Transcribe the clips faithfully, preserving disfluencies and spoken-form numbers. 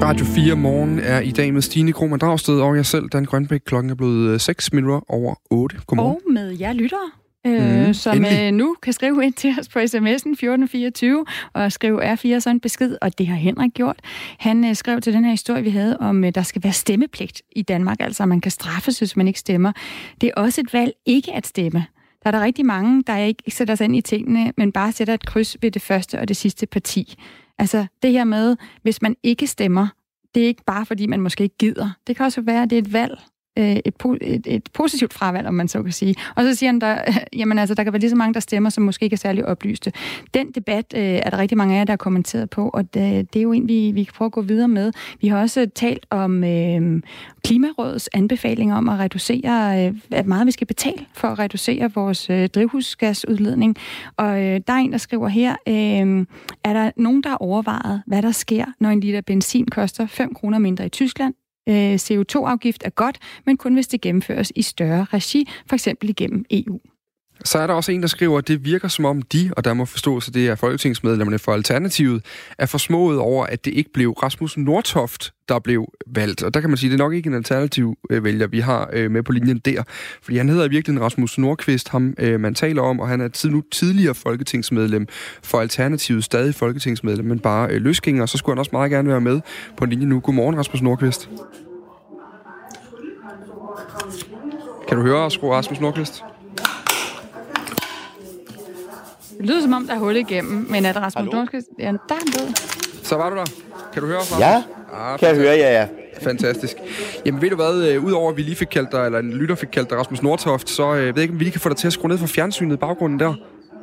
Radio fire Morgen er i dag med Stine Krohmann Dragsted og jeg selv, Dan Grønbæk. Klokken er blevet seks minutter over otte. Godmorgen. Og med jer lyttere, øh, mm, som øh, nu kan skrive ind til os på sms'en fjorten fireogtyve og skrive R fire sådan en besked, og det har Henrik gjort. Han øh, skrev til den her historie, vi havde om, øh, der skal være stemmepligt i Danmark, altså man kan straffes, hvis man ikke stemmer. Det er også et valg ikke at stemme. Der er der rigtig mange, der ikke sætter sig ind i tingene, men bare sætter et kryds ved det første og det sidste parti. Altså det her med, hvis man ikke stemmer, det er ikke bare fordi, man måske ikke gider. Det kan også være, at det er et valg. Et, et, et positivt fravalg, om man så kan sige. Og så siger han, der, jamen altså, der kan være lige så mange, der stemmer, som måske ikke er særlig oplyste. Den debat øh, er der rigtig mange af jer, der har kommenteret på, og det, det er jo en, vi, vi kan prøve at gå videre med. Vi har også talt om øh, Klimarådets anbefalinger om at reducere, øh, at meget vi skal betale for at reducere vores øh, drivhusgasudledning. Og øh, der er en, der skriver her, øh, er der nogen, der har overvejet, hvad der sker, når en liter benzin koster fem kroner mindre i Tyskland? C O to afgift er godt, men kun hvis det gennemføres i større regi, for eksempel igennem E U. Så er der også en, der skriver, at det virker som om de, og der må forstås, at det er folketingsmedlemmerne for Alternativet, er forsmået over, at det ikke blev Rasmus Nordtoft, der blev valgt. Og der kan man sige, at det er nok ikke en alternativ vælger, vi har med på linjen der. Fordi han hedder i virkeligheden Rasmus Nordqvist, ham man taler om, og han er nu tidligere folketingsmedlem for Alternativet, stadig folketingsmedlem, men bare løsgænger. Så skulle han også meget gerne være med på linjen nu. Godmorgen, Rasmus Nordqvist. Kan du høre os, Rasmus Nordqvist? Det lyder som om, der er hul igennem, men er det Rasmus Nordqvist? Ja, der er han død. Så var du der. Kan du høre os? Ja, ah, kan jeg høre, ja, ja. Fantastisk. Jamen ved du hvad, udover at vi lige fik kaldt dig, eller en lytter fik kaldt dig Rasmus Nordtoft, så øh, ved jeg ikke, om vi lige kan få dig til at skrue ned for fjernsynet i baggrunden der.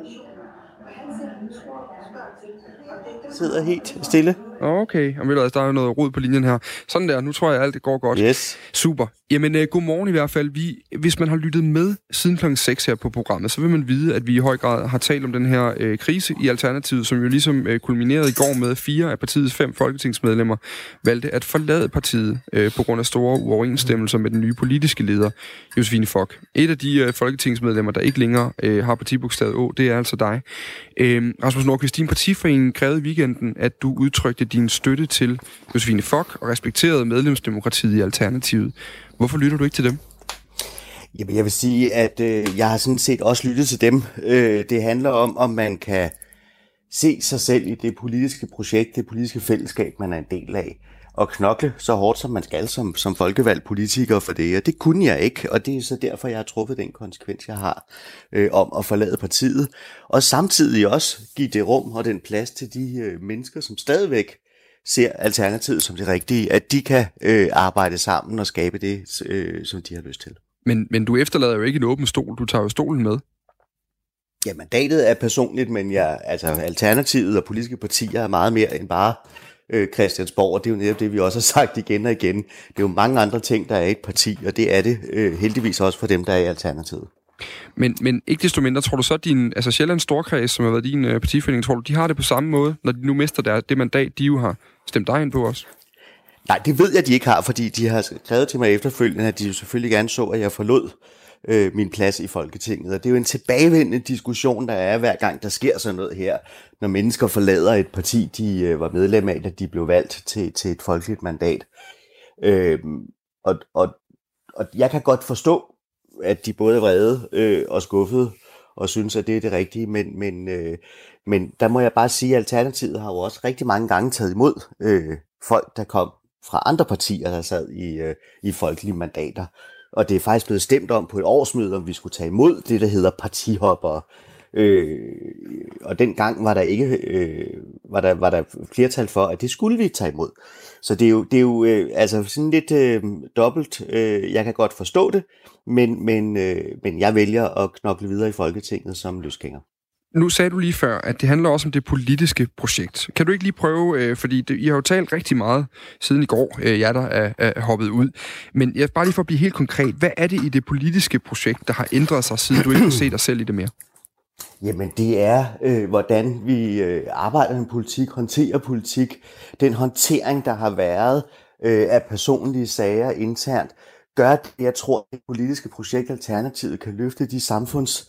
Sidder helt stille. Okay, og ved du, der er noget rod på linjen her. Sådan der, nu tror jeg, alt det går godt. Yes. Super. Jamen, uh, godmorgen i hvert fald. Vi, hvis man har lyttet med siden klokken seks her på programmet, så vil man vide, at vi i høj grad har talt om den her uh, krise i Alternativet, som jo ligesom uh, kulminerede i går med fire af partiets fem folketingsmedlemmer valgte at forlade partiet uh, på grund af store uoverensstemmelser med den nye politiske leder, Josephine Fock. Et af de uh, folketingsmedlemmer, der ikke længere uh, har partibogstavet Å, det er altså dig. Uh, Rasmus Nordqvist, din partiforening krævede i weekenden, at du udtrykte din støtte til Josephine Fock og respekterede medlemsdemokratiet i Alternativet. Hvorfor lytter du ikke til dem? Jamen, jeg vil sige, at øh, jeg har sådan set også lyttet til dem. Øh, det handler om, om man kan se sig selv i det politiske projekt, det politiske fællesskab, man er en del af, og knokle så hårdt, som man skal som, som folkevalgt politiker for det. Og det kunne jeg ikke, og det er så derfor, jeg har truffet den konsekvens, jeg har øh, om at forlade partiet. Og samtidig også give det rum og den plads til de øh, mennesker, som stadigvæk ser Alternativet som det rigtige, at de kan øh, arbejde sammen og skabe det, øh, som de har lyst til. Men, men du efterlader jo ikke en åben stol, du tager jo stolen med. Ja, mandatet er personligt, men jeg, altså, Alternativet og politiske partier er meget mere end bare øh, Christiansborg, og det er jo netop det, vi også har sagt igen og igen. Det er jo mange andre ting, der er i et parti, og det er det øh, heldigvis også for dem, der er i Alternativet. Men, men ikke desto mindre, tror du så, at din, altså Sjællands Storkreds, som har været din øh, partiforening, tror du, de har det på samme måde, når de nu mister der, det mandat, de jo har stemt dig ind på også? Nej, det ved jeg, de ikke har, fordi de har skrevet til mig efterfølgende, at de jo selvfølgelig gerne så, at jeg forlod øh, min plads i Folketinget. Og det er jo en tilbagevendende diskussion, der er hver gang, der sker sådan noget her, når mennesker forlader et parti, de øh, var medlem af, da de blev valgt til, til et folkeligt mandat. Øh, og, og, og jeg kan godt forstå, at de både er vrede øh, og skuffede, og synes, at det er det rigtige, men, men, øh, men der må jeg bare sige, at Alternativet har jo også rigtig mange gange taget imod øh, folk, der kom fra andre partier, der sad i, øh, i folkelige mandater. Og det er faktisk blevet stemt om på et årsmøde, om vi skulle tage imod det, der hedder partihopper. Øh, og dengang var der ikke øh, var der var der flertal for, at det skulle vi tage imod. Så det er jo det er jo øh, altså sådan lidt øh, dobbelt. Øh, jeg kan godt forstå det, men men øh, men jeg vælger at knokle videre i Folketinget som løsgænger. Nu sagde du lige før, at det handler også om det politiske projekt. Kan du ikke lige prøve, øh, fordi det, I har jo talt rigtig meget siden i går, øh, jeg der er, er hoppet ud. Men jeg bare lige for at blive helt konkret, hvad er det i det politiske projekt, der har ændret sig, siden du ikke kan se dig selv i det mere? Jamen det er, øh, hvordan vi øh, arbejder med politik, håndterer politik, den håndtering, der har været øh, af personlige sager internt, gør, at jeg tror, at det politiske projekt Alternativet kan løfte de samfunds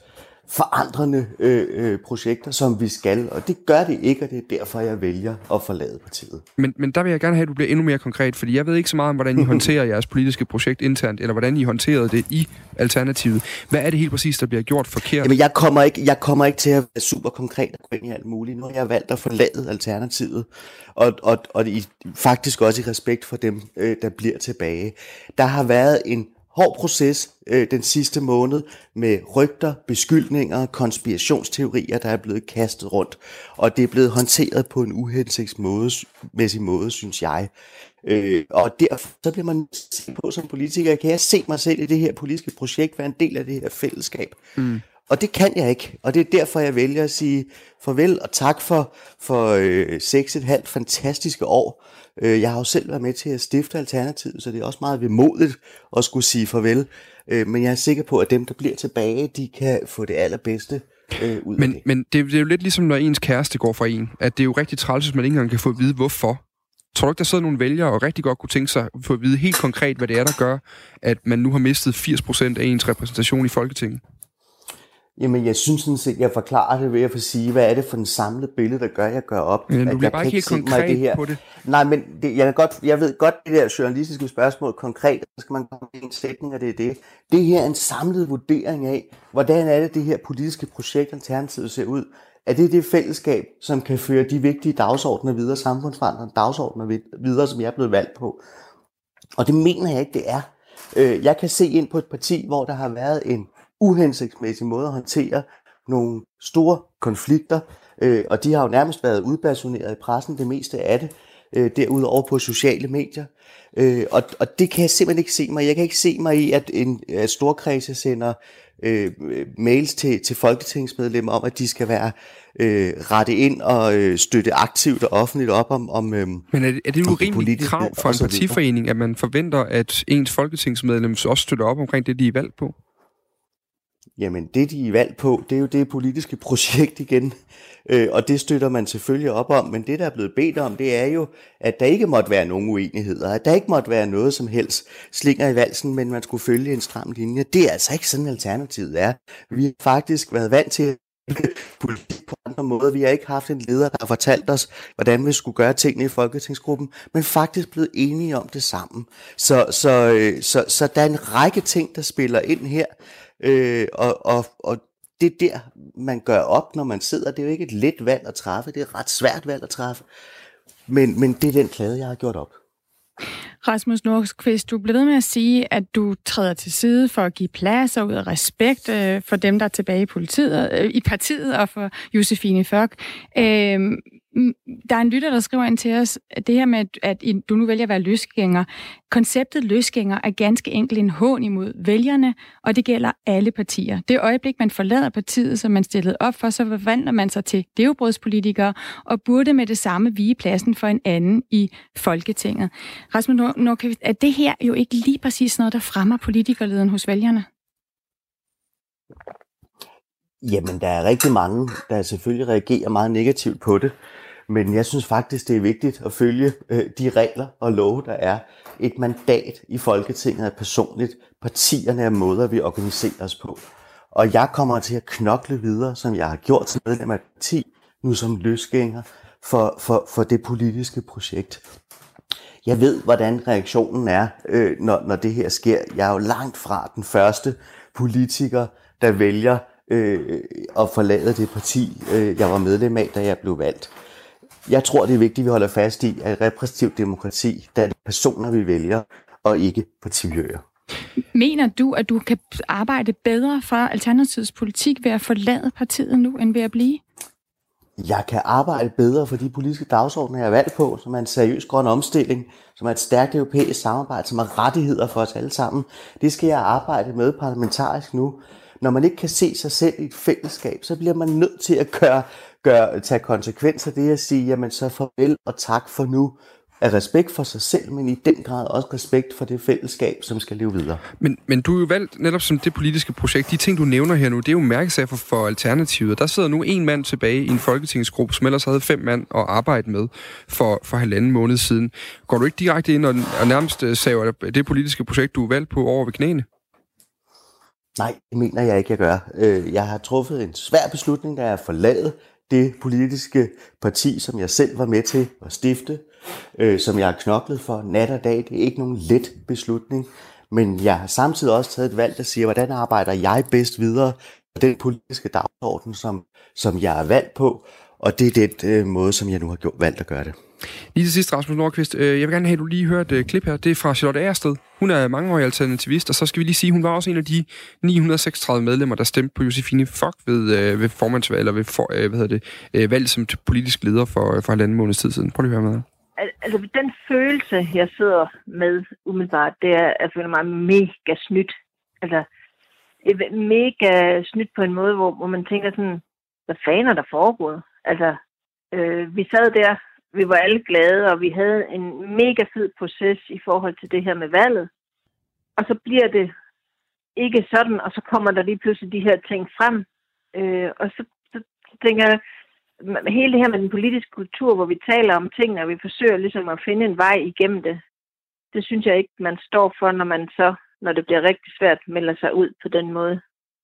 forandrende øh, øh, projekter, som vi skal, og det gør det ikke, og det er derfor, jeg vælger at forlade partiet. Men, men der vil jeg gerne have, at du bliver endnu mere konkret, fordi jeg ved ikke så meget om, hvordan I håndterer jeres politiske projekt internt, eller hvordan I håndterede det i Alternativet. Hvad er det helt præcis, der bliver gjort forkert? Jamen, jeg kommer ikke, jeg kommer ikke til at være super konkret og gå ind i alt muligt. Nu har jeg valgt at forlade Alternativet, og, og, og i, faktisk også i respekt for dem, øh, der bliver tilbage. Der har været en hård proces øh, den sidste måned med rygter, beskyldninger, konspirationsteorier, der er blevet kastet rundt. Og det er blevet håndteret på en uhensigtsmæssig måde, synes jeg. Øh, og derfor så bliver man set på som politiker, kan jeg se mig selv i det her politiske projekt, være en del af det her fællesskab. Mm. Og det kan jeg ikke, og det er derfor, jeg vælger at sige farvel og tak for, for øh, seks et halvt fantastiske år. Jeg har jo selv været med til at stifte Alternativet, så det er også meget vemodigt at skulle sige farvel. Men jeg er sikker på, at dem, der bliver tilbage, de kan få det allerbedste øh, ud men, af det. Men det, det er jo lidt ligesom, når ens kæreste går fra en, at det er jo rigtig træls, hvis man ikke engang kan få at vide, hvorfor. Tror du ikke, der sidder nogle vælgere og rigtig godt kunne tænke sig at få at vide helt konkret, hvad det er, der gør, at man nu har mistet firs procent af ens repræsentation i Folketinget? Jamen, jeg synes sådan set, jeg forklarer det ved at få sige, hvad er det for en samlet billede, der gør, jeg gør op. Men du bliver jeg bare ikke helt konkret det her. på det. Nej, men det, jeg, kan godt, jeg ved godt, det der journalistiske spørgsmål konkret, så skal man komme med en sætning, og det er det. Det her er en samlet vurdering af, hvordan er det, det her politiske projekt Alternativet ser ud. Er det det fællesskab, som kan føre de vigtige dagsordner videre, samfundsforandrende dagsordner videre, som jeg er blevet valgt på? Og det mener jeg ikke, det er. Jeg kan se ind på et parti, hvor der har været en uhensigtsmæssig måde at håndtere nogle store konflikter, øh, og de har jo nærmest været udpersoneret i pressen, det meste af det, øh, derudover på sociale medier, øh, og, og det kan jeg simpelthen ikke se mig. Jeg kan ikke se mig i, at en at storkredse sender øh, mails til, til folketingsmedlemmer om, at de skal være øh, rette ind og øh, støtte aktivt og offentligt op om... om øh, Men er det, er det urimeligt krav for en partiforening, at man forventer, at ens folketingsmedlem også støtter op omkring det, de er valgt på? Jamen, det de er valgt på, det er jo det politiske projekt igen, øh, og det støtter man selvfølgelig op om, men det, der er blevet bedt om, det er jo, at der ikke måtte være nogen uenigheder, at der ikke måtte være noget som helst slinger i valsen, men man skulle følge en stram linje. Det er altså ikke sådan, Alternativet er. Vi har faktisk været vant til politik på andre måder. Vi har ikke haft en leder, der har fortalt os, hvordan vi skulle gøre tingene i Folketingsgruppen, men faktisk blevet enige om det sammen. Så, så, så, så der er en række ting, der spiller ind her, Øh, og, og, og det er der, man gør op, når man sidder. Det er jo ikke et let valg at træffe, det er et ret svært valg at træffe. Men, men det er den plade, jeg har gjort op. Rasmus Nordqvist, du bliver ved med at sige, at du træder til side for at give plads og ud af respekt øh, for dem, der er tilbage i, politiet, øh, i partiet, og for Josefine Fock. Øh, der er en lytter, der skriver ind til os, at det her med, at du nu vælger at være løsgænger. Konceptet løsgænger er ganske enkelt en hån imod vælgerne, og det gælder alle partier. Det øjeblik, man forlader partiet, som man stillede op for, så forvandler man sig til derobrødspolitikere, og burde med det samme vige pladsen for en anden i Folketinget. Rasmus Nordqvist, er det her jo ikke lige præcis noget, der fremmer politikerleden hos vælgerne? Jamen, der er rigtig mange, der selvfølgelig reagerer meget negativt på det. Men jeg synes faktisk, det er vigtigt at følge øh, de regler og love, der er. Et mandat i Folketinget er personligt. Partierne er måder, vi organiserer os på. Og jeg kommer til at knokle videre, som jeg har gjort som medlem af parti, nu som løsgænger for, for, for det politiske projekt. Jeg ved, hvordan reaktionen er, øh, når, når det her sker. Jeg er jo langt fra den første politiker, der vælger øh, at forlade det parti, øh, jeg var medlem af, da jeg blev valgt. Jeg tror, det er vigtigt, at vi holder fast i, at repræsentativt demokrati, der er det personer, vi vælger, og ikke partimiljøer. Mener du, at du kan arbejde bedre for Alternativets politik ved at forlade partiet nu, end ved at blive? Jeg kan arbejde bedre for de politiske dagsordner, jeg er valgt på, som er en seriøs grøn omstilling, som er et stærkt europæisk samarbejde, som har rettigheder for os alle sammen. Det skal jeg arbejde med parlamentarisk nu. Når man ikke kan se sig selv i et fællesskab, så bliver man nødt til at gøre, gøre, tage konsekvenser af det at sige, jamen så farvel og tak for nu. Af respekt for sig selv, men i den grad også respekt for det fællesskab, som skal leve videre. Men, men du er jo valgt netop som det politiske projekt. De ting, du nævner her nu, det er jo mærkesager for, for Alternativet. Der sidder nu en mand tilbage i en folketingsgruppe, som ellers havde fem mand at arbejde med for, for halvanden måned siden. Går du ikke direkte ind og, og nærmest saver det politiske projekt, du er valgt på, over ved knæene? Nej, det mener jeg ikke, jeg gør. Jeg har truffet en svær beslutning, da jeg forladet det politiske parti, som jeg selv var med til at stifte, som jeg har knoklet for nat og dag. Det er ikke nogen let beslutning, men jeg har samtidig også taget et valg, der siger, hvordan arbejder jeg bedst videre på den politiske dagsorden, som, som jeg er valgt på, og det er den øh, måde, som jeg nu har gjort, valgt at gøre det. Lige til sidst, Rasmus Nordqvist. Jeg vil gerne have, at du lige hører et uh, klip her. Det er fra Charlotte Agersted. Hun er mangeårig alternativist, og så skal vi lige sige, at hun var også en af de ni hundrede seksogtredive medlemmer, der stemte på Josefine Fock ved, uh, ved formandsvalg, eller ved for, uh, hvad hedder det, uh, valg som politisk leder for, uh, for halvanden måneds tid siden. Prøv lige at høre med. Altså, den følelse, jeg sidder med umiddelbart, det er, at jeg føler mig mega snydt. Altså, mega snydt på en måde, hvor, hvor man tænker sådan, hvad fanden er der foregået? Altså, øh, vi sad der, vi var alle glade, og vi havde en mega fed proces i forhold til det her med valget. Og så bliver det ikke sådan, og så kommer der lige pludselig de her ting frem. Øh, og så, så tænker jeg, hele det her med den politiske kultur, hvor vi taler om tingene, og vi forsøger ligesom at finde en vej igennem det, det synes jeg ikke, man står for, når man så, når det bliver rigtig svært, melder sig ud på den måde.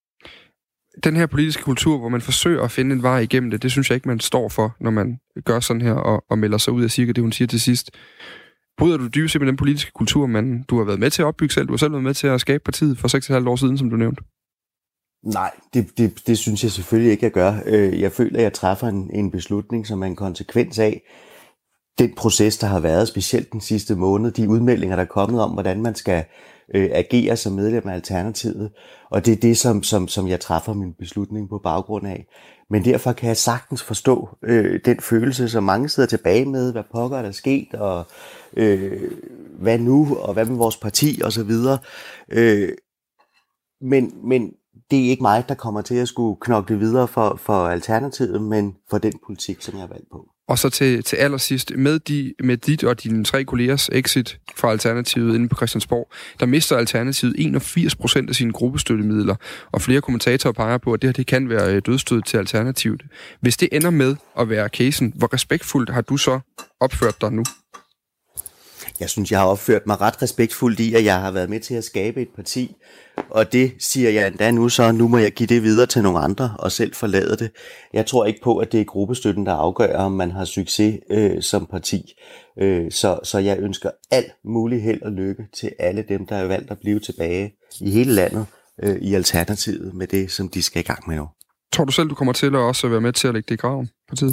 Den her politiske kultur, hvor man forsøger at finde en vej igennem det, det synes jeg ikke, man står for, når man gør sådan her og, og melder sig ud af cirka det, hun siger til sidst. Bryder du dybest med den politiske kultur, man du har været med til at opbygge selv? Du har selv været med til at skabe partiet for seks og et halvt år siden, som du nævnte. Nej, det, det, det synes jeg selvfølgelig ikke, jeg gør. Jeg føler, at jeg træffer en, en beslutning, som er en konsekvens af den proces, der har været, specielt den sidste måned, de udmeldinger, der er kommet om, hvordan man skal øh, agere som medlem af Alternativet. Og det er det, som, som, som jeg træffer min beslutning på baggrund af. Men derfor kan jeg sagtens forstå øh, den følelse, som mange sidder tilbage med, hvad pokker er der sket, og øh, hvad nu, og hvad med vores parti, og så videre. Øh, men, men det er ikke mig, der kommer til at skulle knokle videre for, for Alternativet, men for den politik, som jeg har valgt på. Og så til, til allersidst, med, de, med dit og dine tre kollegers exit fra Alternativet inde på Christiansborg, der mister Alternativet enogfirs procent af sine gruppestøttemidler, og flere kommentatorer peger på, at det her det kan være dødsstød til Alternativet. Hvis det ender med at være casen, hvor respektfuldt har du så opført dig nu? Jeg synes, jeg har opført mig ret respektfuldt i, at jeg har været med til at skabe et parti, og det siger jeg endda nu, så nu må jeg give det videre til nogle andre og selv forlade det. Jeg tror ikke på, at det er gruppestøtten, der afgør, om man har succes øh, som parti. Øh, så, så jeg ønsker alt muligt held og lykke til alle dem, der har valgt at blive tilbage i hele landet øh, i Alternativet med det, som de skal i gang med nu. Tror du selv, du kommer til at også være med til at lægge det i graven på tid?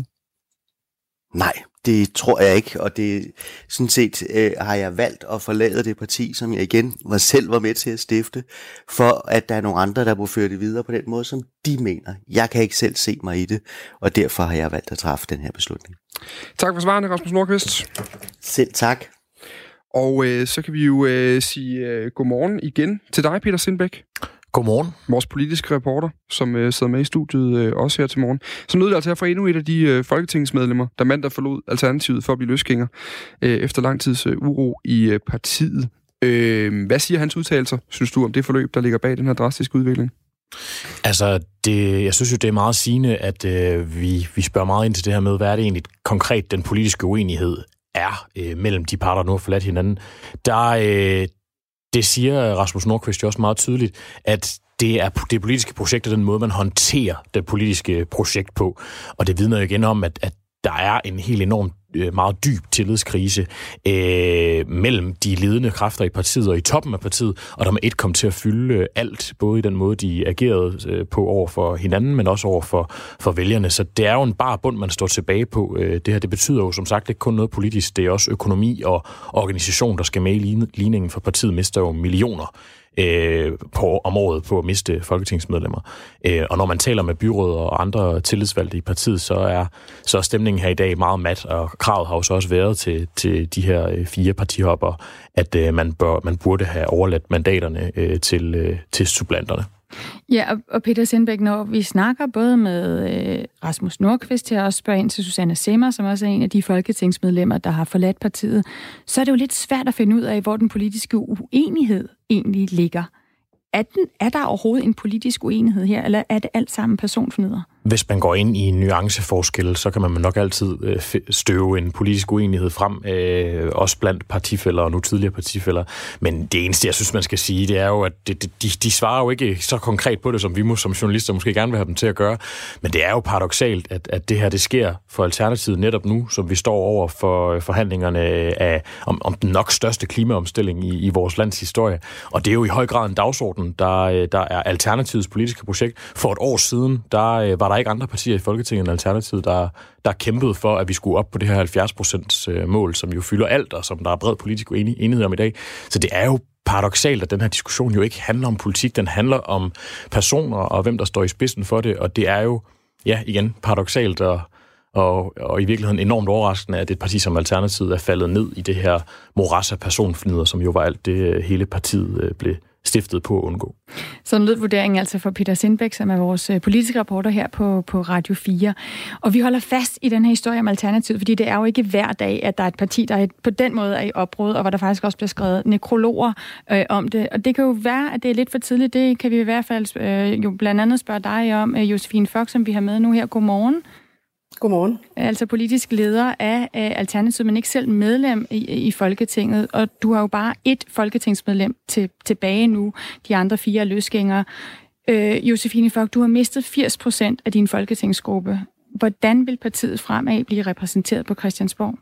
Nej, det tror jeg ikke, og det sådan set øh, har jeg valgt at forlade det parti, som jeg igen var selv var med til at stifte, for at der er nogle andre, der må føre det videre på den måde, som de mener. Jeg kan ikke selv se mig i det, og derfor har jeg valgt at træffe den her beslutning. Tak for svarene, Rasmus Nordqvist. Selv tak. Og øh, så kan vi jo øh, sige øh, godmorgen igen til dig, Peter Sindbæk. Godmorgen. Vores politiske reporter, som øh, sidder med i studiet øh, også her til morgen. Så nød det altså her for endnu et af de øh, folketingsmedlemmer, der mandag forlod Alternativet for at blive løsgænger øh, efter lang tids øh, uro i øh, partiet. Øh, hvad siger hans udtalelser, synes du, om det forløb, der ligger bag den her drastiske udvikling? Altså, det, jeg synes jo, det er meget sigende, at øh, vi, vi spørger meget ind til det her med, hvad er det egentlig konkret, den politiske uenighed er øh, mellem de parter, der nu har forladt hinanden. Der øh, Det siger Rasmus Nordqvist jo også meget tydeligt, at det er det politiske projekt, og den måde, man håndterer det politiske projekt på. Og det vidner jo igen om, at, at der er en helt enormt meget dyb tillidskrise øh, mellem de ledende kræfter i partiet og i toppen af partiet, og der med et kom til at fylde alt, både i den måde, de agerede øh, på over for hinanden, men også over for, for vælgerne. Så det er jo en bar bund, man står tilbage på. Øh, det her, det betyder jo som sagt ikke kun noget politisk, det er også økonomi og organisation, der skal med i ligningen, for partiet mister jo millioner Øh, på, om året på at miste folketingsmedlemmer. Øh, og når man taler med byråd og andre tillidsvalgte i partiet, så er, så er stemningen her i dag meget mat, og kravet har jo så også været til, til de her øh, fire partihopper, at øh, man, bør, man burde have overladt mandaterne øh, til, øh, til supplanterne. Ja, og Peter Sindbæk, når vi snakker både med øh, Rasmus Nordqvist til at også spørge ind til Susanne Zimmer, som også er en af de folketingsmedlemmer, der har forladt partiet, så er det jo lidt svært at finde ud af, hvor den politiske uenighed egentlig ligger. Er, den, er der overhovedet en politisk uenighed her, eller er det alt sammen personfnyder? Hvis man går ind i en nuanceforskel, så kan man nok altid øh, støve en politisk uenighed frem, øh, også blandt partifæller og nu tidligere partifæller. Men det eneste, jeg synes, man skal sige, det er jo, at det, de, de svarer jo ikke så konkret på det, som vi må, som journalister måske gerne vil have dem til at gøre. Men det er jo paradoksalt, at, at det her det sker for Alternativet netop nu, som vi står over for forhandlingerne af, om, om den nok største klimaomstilling i, i vores lands historie. Og det er jo i høj grad en dagsorden, der, der er Alternativets politiske projekt. For et år siden, der var der ikke andre partier i Folketinget end Alternativet, der, der kæmpede for, at vi skulle op på det her halvfjerds procent mål, som jo fylder alt, og som der er bred politisk enighed om i dag. Så det er jo paradoksalt, at den her diskussion jo ikke handler om politik, den handler om personer og hvem der står i spidsen for det, og det er jo, ja, igen, paradoksalt og, og, og i virkeligheden enormt overraskende, at et parti som Alternativet er faldet ned i det her moras af personfnider, som jo var alt det, hele partiet blev stiftet på at undgå. Sådan lød vurderingen altså for Peter Sindbæk, som er vores politiske reporter her på, på Radio fire. Og vi holder fast i den her historie om Alternativet, fordi det er jo ikke hver dag, at der er et parti, der på den måde er i opbrud, og hvor der faktisk også bliver skrevet nekrologer øh, om det. Og det kan jo være, at det er lidt for tidligt. Det kan vi i hvert fald øh, jo blandt andet spørge dig om, øh, Josephine Fock, som vi har med nu her. Godmorgen. Godmorgen. Altså politisk leder af Alternativet, men ikke selv medlem i, i Folketinget. Og du har jo bare ét folketingsmedlem til, tilbage nu. De andre fire er løsgængere. Øh, Josephine Fock, du har mistet firs procent af din folketingsgruppe. Hvordan vil partiet fremad blive repræsenteret på Christiansborg?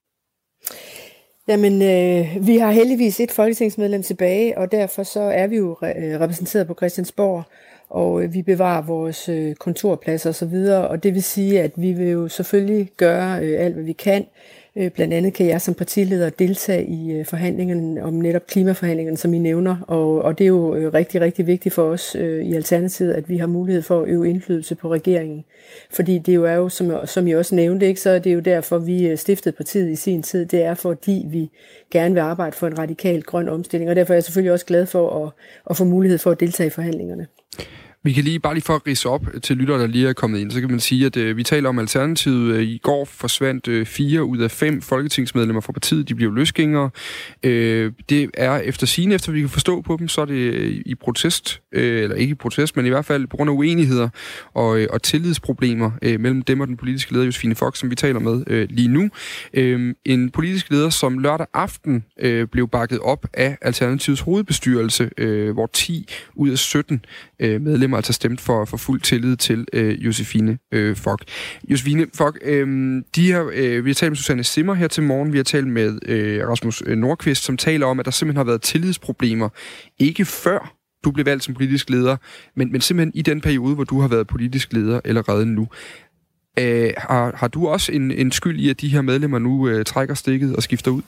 Jamen, øh, vi har heldigvis et folketingsmedlem tilbage, og derfor så er vi jo re- repræsenteret på Christiansborg. Og vi bevarer vores kontorpladser og så videre, og det vil sige, at vi vil jo selvfølgelig gøre alt, hvad vi kan. Blandt andet kan jeg som partileder deltage i forhandlingerne om netop klimaforhandlingerne, som I nævner, og, og det er jo rigtig, rigtig vigtigt for os i Alternativet, at vi har mulighed for at øve indflydelse på regeringen. Fordi det jo er jo, som, som I også nævnte, ikke, så er det jo derfor, vi stiftede partiet i sin tid. Det er fordi, vi gerne vil arbejde for en radikal grøn omstilling, og derfor er jeg selvfølgelig også glad for at, at få mulighed for at deltage i forhandlingerne. Vi kan lige, bare lige for at ridse op til lyttere, der lige er kommet ind, så kan man sige, at øh, vi taler om Alternativet. I går forsvandt øh, fire ud af fem folketingsmedlemmer fra partiet. De blev løsgængere. Øh, det er efter sigende, efter vi kan forstå på dem, så er det øh, i protest, øh, eller ikke i protest, men i hvert fald på grund af uenigheder og, øh, og tillidsproblemer øh, mellem dem og den politiske leder, Josephine Fock, som vi taler med øh, lige nu. Øh, en politisk leder, som lørdag aften øh, blev bakket op af Alternativets hovedbestyrelse, øh, hvor ti ud af sytten øh, medlemmer altså stemt for, for fuld tillid til øh, Josephine øh, Fock. Josephine Fock, øh, de her, øh, vi har talt med Susanne Zimmer her til morgen, vi har talt med øh, Rasmus Nordqvist, som taler om, at der simpelthen har været tillidsproblemer, ikke før du blev valgt som politisk leder, men, men simpelthen i den periode, hvor du har været politisk leder allerede nu. Øh, har, har du også en, en skyld i, at de her medlemmer nu øh, trækker stikket og skifter ud?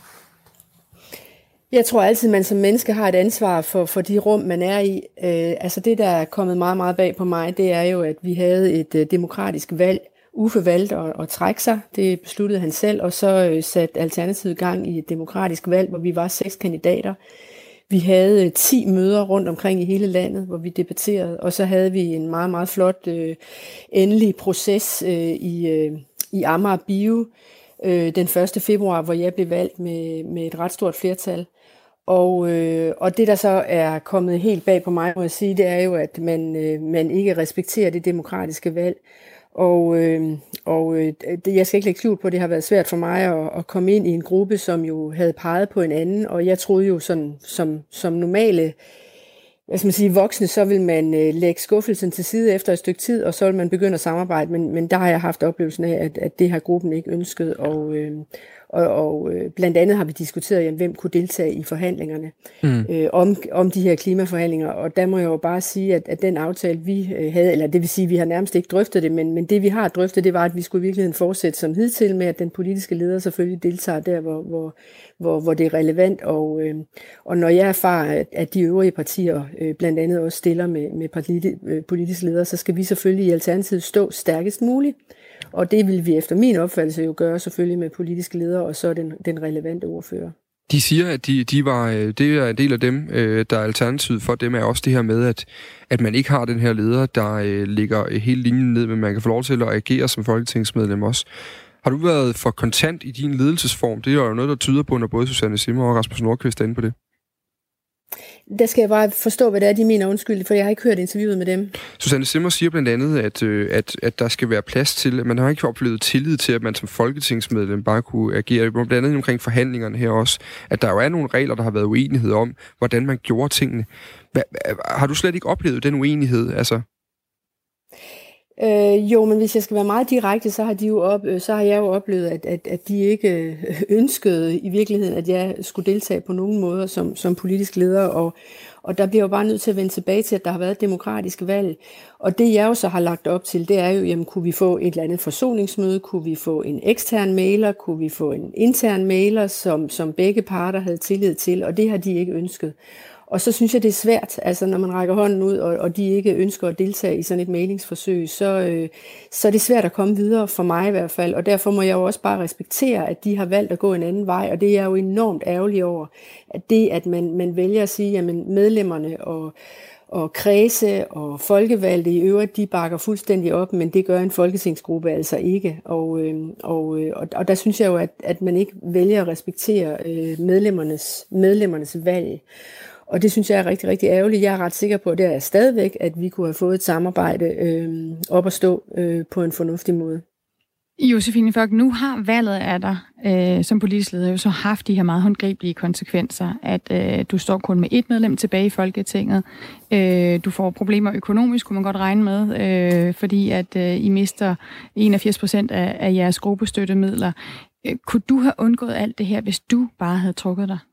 Jeg tror altid, man som menneske har et ansvar for, for de rum, man er i. Øh, altså det, der er kommet meget, meget bag på mig, det er jo, at vi havde et øh, demokratisk valg. Uffe valgte at, at trække sig. Det besluttede han selv, og så øh, satte Alternativet i gang i et demokratisk valg, hvor vi var seks kandidater. Vi havde øh, ti møder rundt omkring i hele landet, hvor vi debatterede, og så havde vi en meget, meget flot øh, endelig proces øh, i, øh, i Amager Bio øh, den første februar, hvor jeg blev valgt med, med et ret stort flertal. Og, øh, og det, der så er kommet helt bag på mig, må jeg sige, det er jo, at man, øh, man ikke respekterer det demokratiske valg. Og, øh, og øh, det, jeg skal ikke lægge skjul på, at det har været svært for mig at, at komme ind i en gruppe, som jo havde peget på en anden. Og jeg troede jo, sådan, som, som normale hvad skal man sige, voksne, så vil man øh, lægge skuffelsen til side efter et stykke tid, og så vil man begynde at samarbejde. Men, men der har jeg haft oplevelsen af, at, at det har gruppen ikke ønsket. Og, øh, og, og øh, blandt andet har vi diskuteret, jamen, hvem kunne deltage i forhandlingerne mm. øh, om, om de her klimaforhandlinger. Og der må jeg jo bare sige, at, at den aftale, vi øh, havde, eller det vil sige, at vi har nærmest ikke drøftet det, men, men det vi har drøftet, det var, at vi skulle i virkeligheden fortsætte som hidtil med, at den politiske leder selvfølgelig deltager der, hvor, hvor, hvor, hvor det er relevant. Og, øh, og når jeg erfarer, at, at de øvrige partier øh, blandt andet også stiller med, med politi, øh, politisk leder, så skal vi selvfølgelig i Alternativet stå stærkest muligt. Og det vil vi efter min opfattelse jo gøre selvfølgelig med politiske ledere og så den, den relevante ordfører. De siger, at de, de var, det er en del af dem, der er alternativet for dem, er også det her med, at, at man ikke har den her leder, der ligger hele linjen ned, men man kan få lov til at agere som folketingsmedlem også. Har du været for kontant i din ledelsesform? Det er jo noget, der tyder på, når både Susanne Zimmer og Rasmus Nordqvist er inde på det. Der skal jeg bare forstå, hvad det er, de mener, undskyld, for jeg har ikke hørt interviewet med dem. Susanne Zimmer siger blandt andet, at, at, at der skal være plads til, at man har ikke oplevet tillid til, at man som folketingsmedlem bare kunne agere. Blandt andet omkring forhandlingerne her også, at der jo er nogle regler, der har været uenighed om, hvordan man gjorde tingene. Hva, har du slet ikke oplevet den uenighed? Altså... Øh, jo, men hvis jeg skal være meget direkte, så har, de jo op, så har jeg jo oplevet, at, at, at de ikke ønskede i virkeligheden, at jeg skulle deltage på nogen måder som, som politisk leder, og, og der bliver jo bare nødt til at vende tilbage til, at der har været demokratiske valg. Og det jeg jo så har lagt op til, det er jo, jamen kunne vi få et eller andet forsoningsmøde, kunne vi få en ekstern mailer, kunne vi få en intern mailer, som, som begge parter havde tillid til, og det har de ikke ønsket. Og så synes jeg, det er svært, altså når man rækker hånden ud, og, og de ikke ønsker at deltage i sådan et mailingsforsøg, så, øh, så er det svært at komme videre, for mig i hvert fald. Og derfor må jeg jo også bare respektere, at de har valgt at gå en anden vej, og det er jeg jo enormt ærgerlig over. At det, at man, man vælger at sige, at medlemmerne og, og kredse og folkevalgte i øvrigt, de bakker fuldstændig op, men det gør en folketingsgruppe altså ikke. Og, øh, og, øh, og der synes jeg jo, at, at man ikke vælger at respektere øh, medlemmernes, medlemmernes valg. Og det synes jeg er rigtig, rigtig ærgerligt. Jeg er ret sikker på, at det er stadigvæk, at vi kunne have fået et samarbejde øh, op at stå øh, på en fornuftig måde. Josephine Fock, nu har valget af dig øh, som politisk leder jo så haft de her meget håndgribelige konsekvenser, at øh, du står kun med et medlem tilbage i Folketinget. Øh, du får problemer økonomisk, kunne man godt regne med, øh, fordi at øh, I mister enogfirs procent af, af jeres gruppestøttemidler. Øh, kunne du have undgået alt det her, hvis du bare havde trukket dig?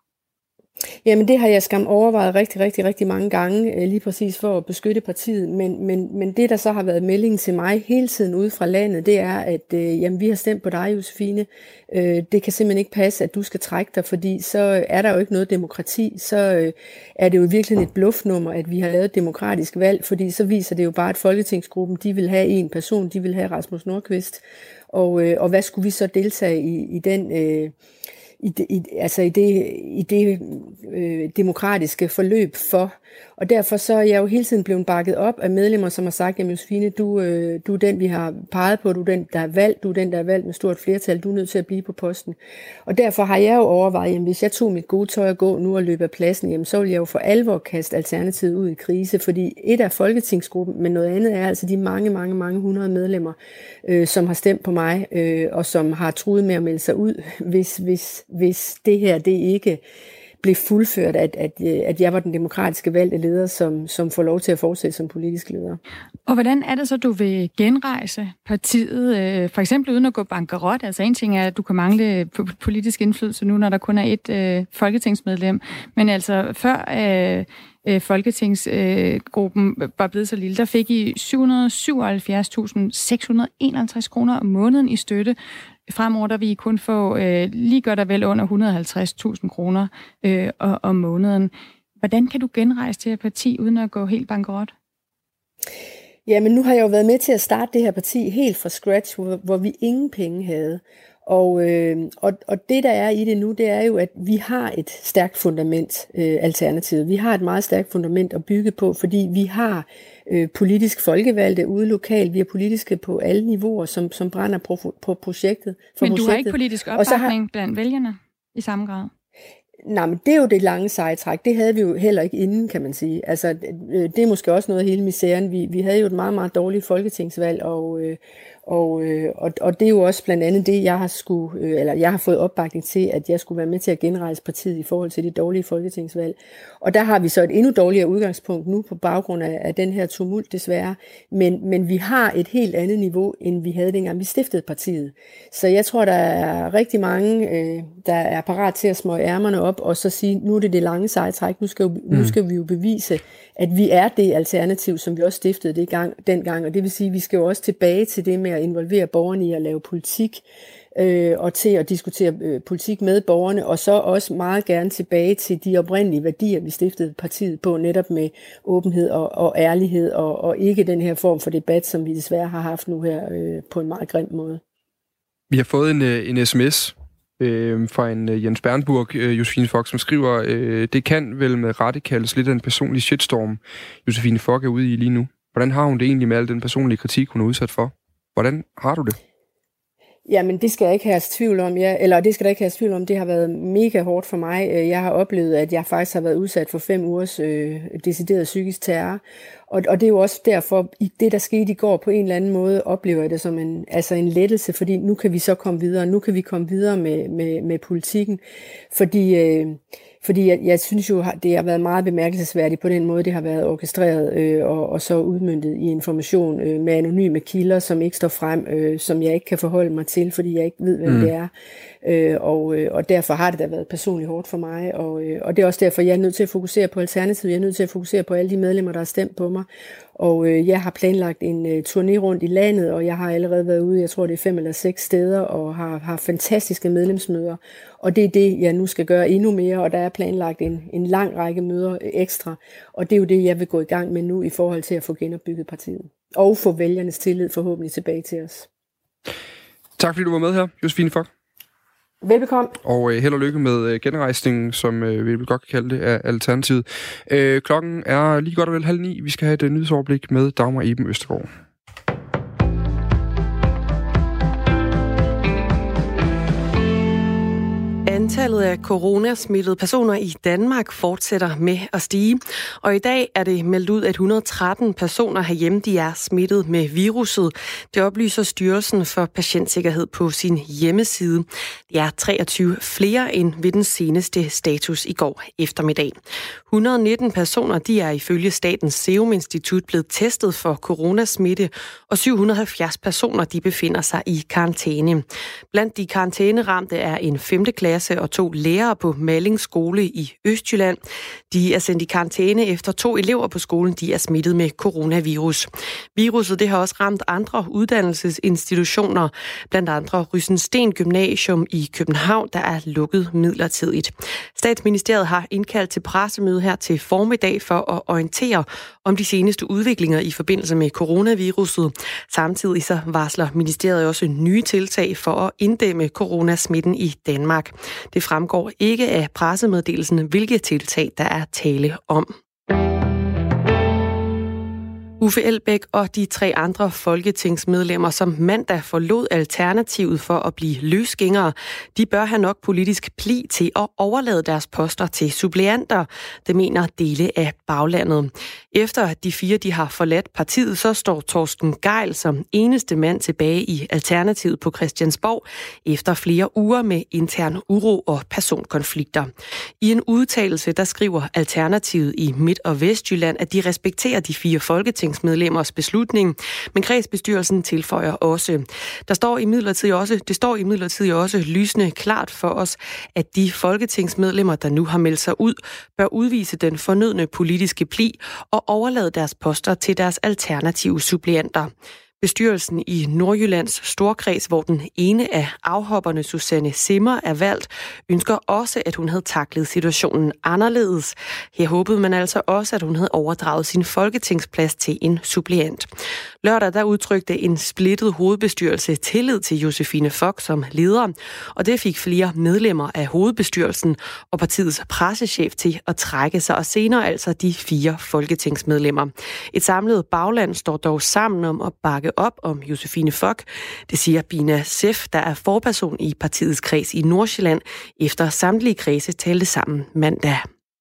Jamen det har jeg skam overvejet rigtig, rigtig, rigtig mange gange, lige præcis for at beskytte partiet, men, men, men det der så har været meldingen til mig hele tiden ude fra landet, det er, at øh, jamen, vi har stemt på dig, Josephine. Øh, det kan simpelthen ikke passe, at du skal trække dig, fordi så er der jo ikke noget demokrati, så øh, er det jo virkelig et bluffnummer, at vi har lavet et demokratisk valg, fordi så viser det jo bare, at Folketingsgruppen, de vil have en person, de vil have Rasmus Nordqvist, og, øh, og hvad skulle vi så deltage i, i den... Øh, I det, i, altså i det, i det øh, demokratiske forløb for. Og derfor så er jeg jo hele tiden blevet bakket op af medlemmer, som har sagt, jamen Josefine, du, øh, du er den, vi har peget på, du er den, der er valgt, du er den, der er valgt med stort flertal, du er nødt til at blive på posten. Og derfor har jeg jo overvejet, jamen hvis jeg tog mit gode tøj at gå nu og løbe af pladsen, jamen så vil jeg jo for alvor kaste Alternativet ud i krise, fordi et er Folketingsgruppen, men noget andet er altså de mange, mange, mange hundrede medlemmer, øh, som har stemt på mig, øh, og som har truet med at melde sig ud, hvis, hvis, hvis det her, det ikke blev fuldført, at, at, at jeg var den demokratiske valgte leder, som, som får lov til at fortsætte som politisk leder. Og hvordan er det så, du vil genrejse partiet, øh, for eksempel uden at gå bankerot? Altså en ting er, at du kan mangle politisk indflydelse nu, når der kun er et øh, folketingsmedlem, men altså før øh, øh, folketingsgruppen øh, var blevet så lille, der fik I syv hundrede og syvoghalvfjerds tusind seks hundrede og enoghalvtreds kroner om måneden i støtte. Fremover der vil I kun få øh, lige godt og vel under et hundrede og halvtreds tusind kroner øh, om måneden. Hvordan kan du genrejse det her parti, uden at gå helt bankerot? Jamen, nu har jeg jo været med til at starte det her parti helt fra scratch, hvor, hvor vi ingen penge havde. Og, øh, og, og det, der er i det nu, det er jo, at vi har et stærkt fundament, øh, Alternativet. Vi har et meget stærkt fundament at bygge på, fordi vi har øh, politisk folkevalgte ude lokalt. Vi er politiske på alle niveauer, som, som brænder på, på projektet. Men du projektet. har ikke politisk opbakning har... blandt vælgerne i samme grad? Nej, men det er jo det lange sejtræk. Det havde vi jo heller ikke inden, kan man sige. Altså, det er måske også noget af hele misæren. Vi, vi havde jo et meget, meget dårligt folketingsvalg, og, og, og, og det er jo også blandt andet det, jeg har, skulle, eller jeg har fået opbakning til, at jeg skulle være med til at genrejse partiet i forhold til det dårlige folketingsvalg. Og der har vi så et endnu dårligere udgangspunkt nu på baggrund af, af den her tumult, desværre. Men, men vi har et helt andet niveau, end vi havde dengang vi stiftede partiet. Så jeg tror, der er rigtig mange, øh, der er parat til at smøge ærmerne op, og så sige, nu er det det lange sejtræk, nu skal, mm. nu skal vi jo bevise, at vi er det alternativ, som vi også stiftede det gang, dengang. Og det vil sige, at vi skal jo også tilbage til det med at involvere borgerne i at lave politik, øh, og til at diskutere øh, politik med borgerne, og så også meget gerne tilbage til de oprindelige værdier, vi stiftede partiet på, netop med åbenhed og, og ærlighed, og, og ikke den her form for debat, som vi desværre har haft nu her øh, på en meget grim måde. Vi har fået en, en sms øh, fra en uh, Jens Bernburg, øh, Josephine Fock, som skriver, øh, det kan vel med rette kaldes lidt af en personlig shitstorm, Josephine Fock er ude i lige nu. Hvordan har hun det egentlig med al den personlige kritik, hun er udsat for? Hvordan har du det? Jamen, det skal jeg ikke have tvivl om. Ja. Eller det skal der ikke have tvivl om. Det har været mega hårdt for mig. Jeg har oplevet, at jeg faktisk har været udsat for fem ugers øh, decideret psykisk terror. Og, og det er jo også derfor, i det, der skete i går, på en eller anden måde, oplever jeg det som en, altså en lettelse, fordi nu kan vi så komme videre. Nu kan vi komme videre med, med, med politikken. Fordi... Øh, Fordi jeg, jeg synes jo, det har været meget bemærkelsesværdigt på den måde, det har været orkestreret øh, og, og så udmøntet i information øh, med anonyme kilder, som ikke står frem, øh, som jeg ikke kan forholde mig til, fordi jeg ikke ved, hvem mm. det er. Øh, og, øh, og derfor har det da været personligt hårdt for mig. Og, øh, og det er også derfor, jeg er nødt til at fokusere på Alternativet. Jeg er nødt til at fokusere på alle de medlemmer, der har stemt på mig. Og øh, jeg har planlagt en øh, turné rundt i landet, og jeg har allerede været ude, jeg tror det er fem eller seks steder, og har, har fantastiske medlemsmøder. Og det er det, jeg nu skal gøre endnu mere, og der er planlagt en, en lang række møder ekstra. Og det er jo det, jeg vil gå i gang med nu i forhold til at få genopbygget partiet. Og få vælgernes tillid forhåbentlig tilbage til os. Tak fordi du var med her, Josefine Fock. Velbekomme. Og øh, held og lykke med øh, genrejsningen, som øh, vi vil godt kalde det, af Alternativet. Øh, klokken er lige godt og vel halv ni. Vi skal have et øh, nyhedsoverblik med Dagmar Eben Østergaard. Antallet af coronasmittede personer i Danmark fortsætter med at stige, og i dag er det meldt ud, at et hundrede og tretten personer herhjemme de er smittet med viruset. Det oplyser Styrelsen for Patientsikkerhed på sin hjemmeside. Det er treogtyve flere end ved den seneste status i går eftermiddag. et hundrede og nitten personer de er ifølge Statens Serum Institut blevet testet for coronasmitte, og syv hundrede og halvfjerds personer de befinder sig i karantæne. Blandt de karantæneramte er en femte klasse og to lærere på Malling Skole i Østjylland. De er sendt i karantæne efter to elever på skolen, de er smittet med coronavirus. Viruset det har også ramt andre uddannelsesinstitutioner, blandt andre Rysensten Gymnasium i København, der er lukket midlertidigt. Statsministeriet har indkaldt til pressemøde her til formiddag for at orientere om de seneste udviklinger i forbindelse med coronaviruset. Samtidig så varsler ministeriet også nye tiltag for at inddæmme coronasmitten i Danmark. Det fremgår ikke af pressemeddelelsen, hvilke tiltag der er tale om. Uffe Elbæk og de tre andre folketingsmedlemmer, som mandag forlod Alternativet for at blive løsgængere, de bør have nok politisk pli til at overlade deres poster til suppleanter, det mener dele af baglandet. Efter de fire de har forladt partiet, så står Torsten Gejl som eneste mand tilbage i Alternativet på Christiansborg, efter flere uger med intern uro og personkonflikter. I en udtalelse, der skriver Alternativet i Midt- og Vestjylland, at de respekterer de fire folketingsmedlemmers beslutning, men kredsbestyrelsen tilføjer også. Der står imidlertid også, det står imidlertid også lysende klart for os, at de folketingsmedlemmer, der nu har meldt sig ud, bør udvise den fornødne politiske pli og overlade deres poster til deres alternative suppleanter. Bestyrelsen i Nordjyllands Storkreds, hvor den ene af afhopperne, Susanne Simmer, er valgt, ønsker også, at hun havde taklet situationen anderledes. Her håbede man altså også, at hun havde overdraget sin folketingsplads til en suppleant. Lørdag der udtrykte en splittet hovedbestyrelse tillid til Josefine Fock som leder, og det fik flere medlemmer af hovedbestyrelsen og partiets pressechef til at trække sig, og senere altså de fire folketingsmedlemmer. Et samlet bagland står dog sammen om at bakke op om Josefine Fock. Det siger Bina Sef, der er forperson i partiets kreds i Nordsjælland, efter samtlige kredse talte sammen mandag.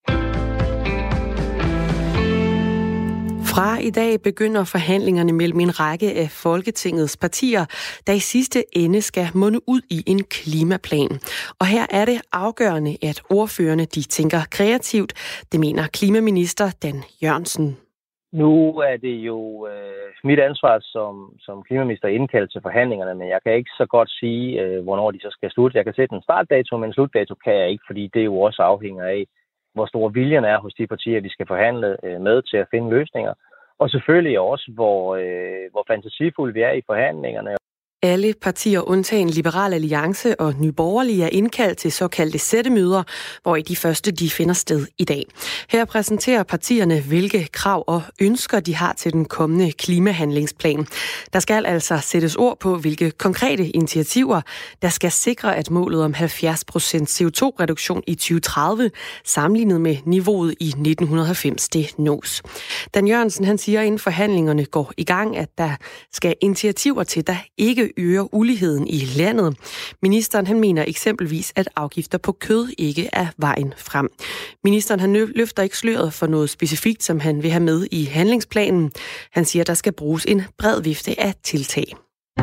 Fra i dag begynder forhandlingerne mellem en række af Folketingets partier, der i sidste ende skal munde ud i en klimaplan. Og her er det afgørende, at ordførerne de tænker kreativt. Det mener klimaminister Dan Jørgensen. Nu er det jo øh, mit ansvar som, som klimaminister indkaldt til forhandlingerne, men jeg kan ikke så godt sige, øh, hvornår de så skal slutte. Jeg kan sætte en startdato, men en slutdato kan jeg ikke, fordi det jo også afhænger af, hvor stor viljen er hos de partier, vi skal forhandle øh, med til at finde løsninger. Og selvfølgelig også, hvor, øh, hvor fantasifulde vi er i forhandlingerne. Alle partier undtagen Liberal Alliance og Nye Borgerlige er indkaldt til såkaldte sættemøder, hvor de første de finder sted i dag. Her præsenterer partierne, hvilke krav og ønsker de har til den kommende klimahandlingsplan. Der skal altså sættes ord på, hvilke konkrete initiativer, der skal sikre, at målet om halvfjerds procent C O to reduktion i tyve tredive sammenlignet med niveauet i nitten halvfems det nås. Dan Jørgensen han siger, inden forhandlingerne går i gang, at der skal initiativer til, der ikke øger uligheden i landet. Ministeren han mener eksempelvis, at afgifter på kød ikke er vejen frem. Ministeren han løfter ikke sløret for noget specifikt, som han vil have med i handlingsplanen. Han siger, at der skal bruges en bred vifte af tiltag.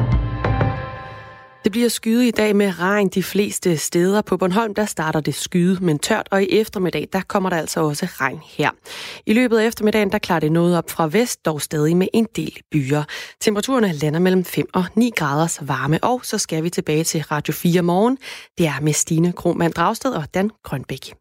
Det bliver skyet i dag med regn de fleste steder. På Bornholm der starter det skyet, men tørt, og i eftermiddag der kommer der altså også regn her. I løbet af eftermiddagen der klarer det noget op fra vest, dog stadig med en del byer. Temperaturerne lander mellem fem og ni graders varme, og så skal vi tilbage til Radio fire morgen. Det er med Stine Krohmann Dragsted og Dan Grønbæk.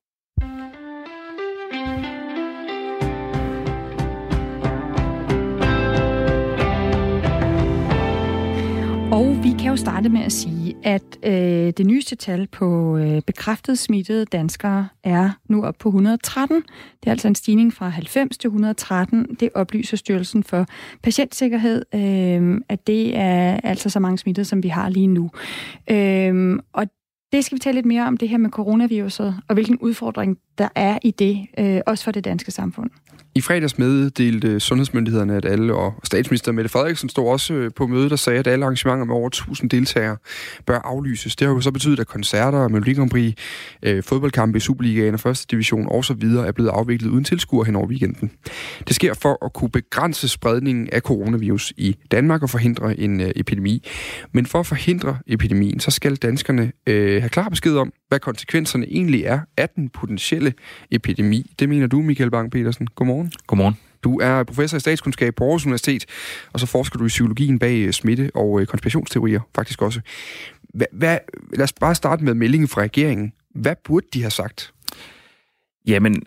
Og vi kan jo starte med at sige, at øh, det nyeste tal på øh, bekræftede smittede danskere er nu op på et hundrede og tretten. Det er altså en stigning fra halvfems til et hundrede og tretten. Det oplyser Styrelsen for Patientsikkerhed, øh, at det er altså så mange smittede, som vi har lige nu. Øh, og det skal vi tale lidt mere om, det her med coronaviruset, og hvilken udfordring der er i det, øh, også for det danske samfund. I fredags meddelte sundhedsmyndighederne, at alle, og statsminister Mette Frederiksen stod også på mødet og sagde, at alle arrangementer med over tusind deltagere bør aflyses. Det har jo så betydet, at koncerter, Melodi Grand Prix, øh, fodboldkampe i Superligaen og første division osv. er blevet afviklet uden tilskuere hen over weekenden. Det sker for at kunne begrænse spredningen af coronavirus i Danmark og forhindre en øh, epidemi. Men for at forhindre epidemien, så skal danskerne øh, have klar besked om, hvad konsekvenserne egentlig er af den potentielle epidemi. Det mener du, Michael Bang-Petersen. Godmorgen. Godmorgen. Du er professor i statskundskab på Aarhus Universitet, og så forsker du i psykologien bag smitte og konspirationsteorier, faktisk også. Hvad, hvad, lad os bare starte med meldingen fra regeringen. Hvad burde de have sagt? Jamen,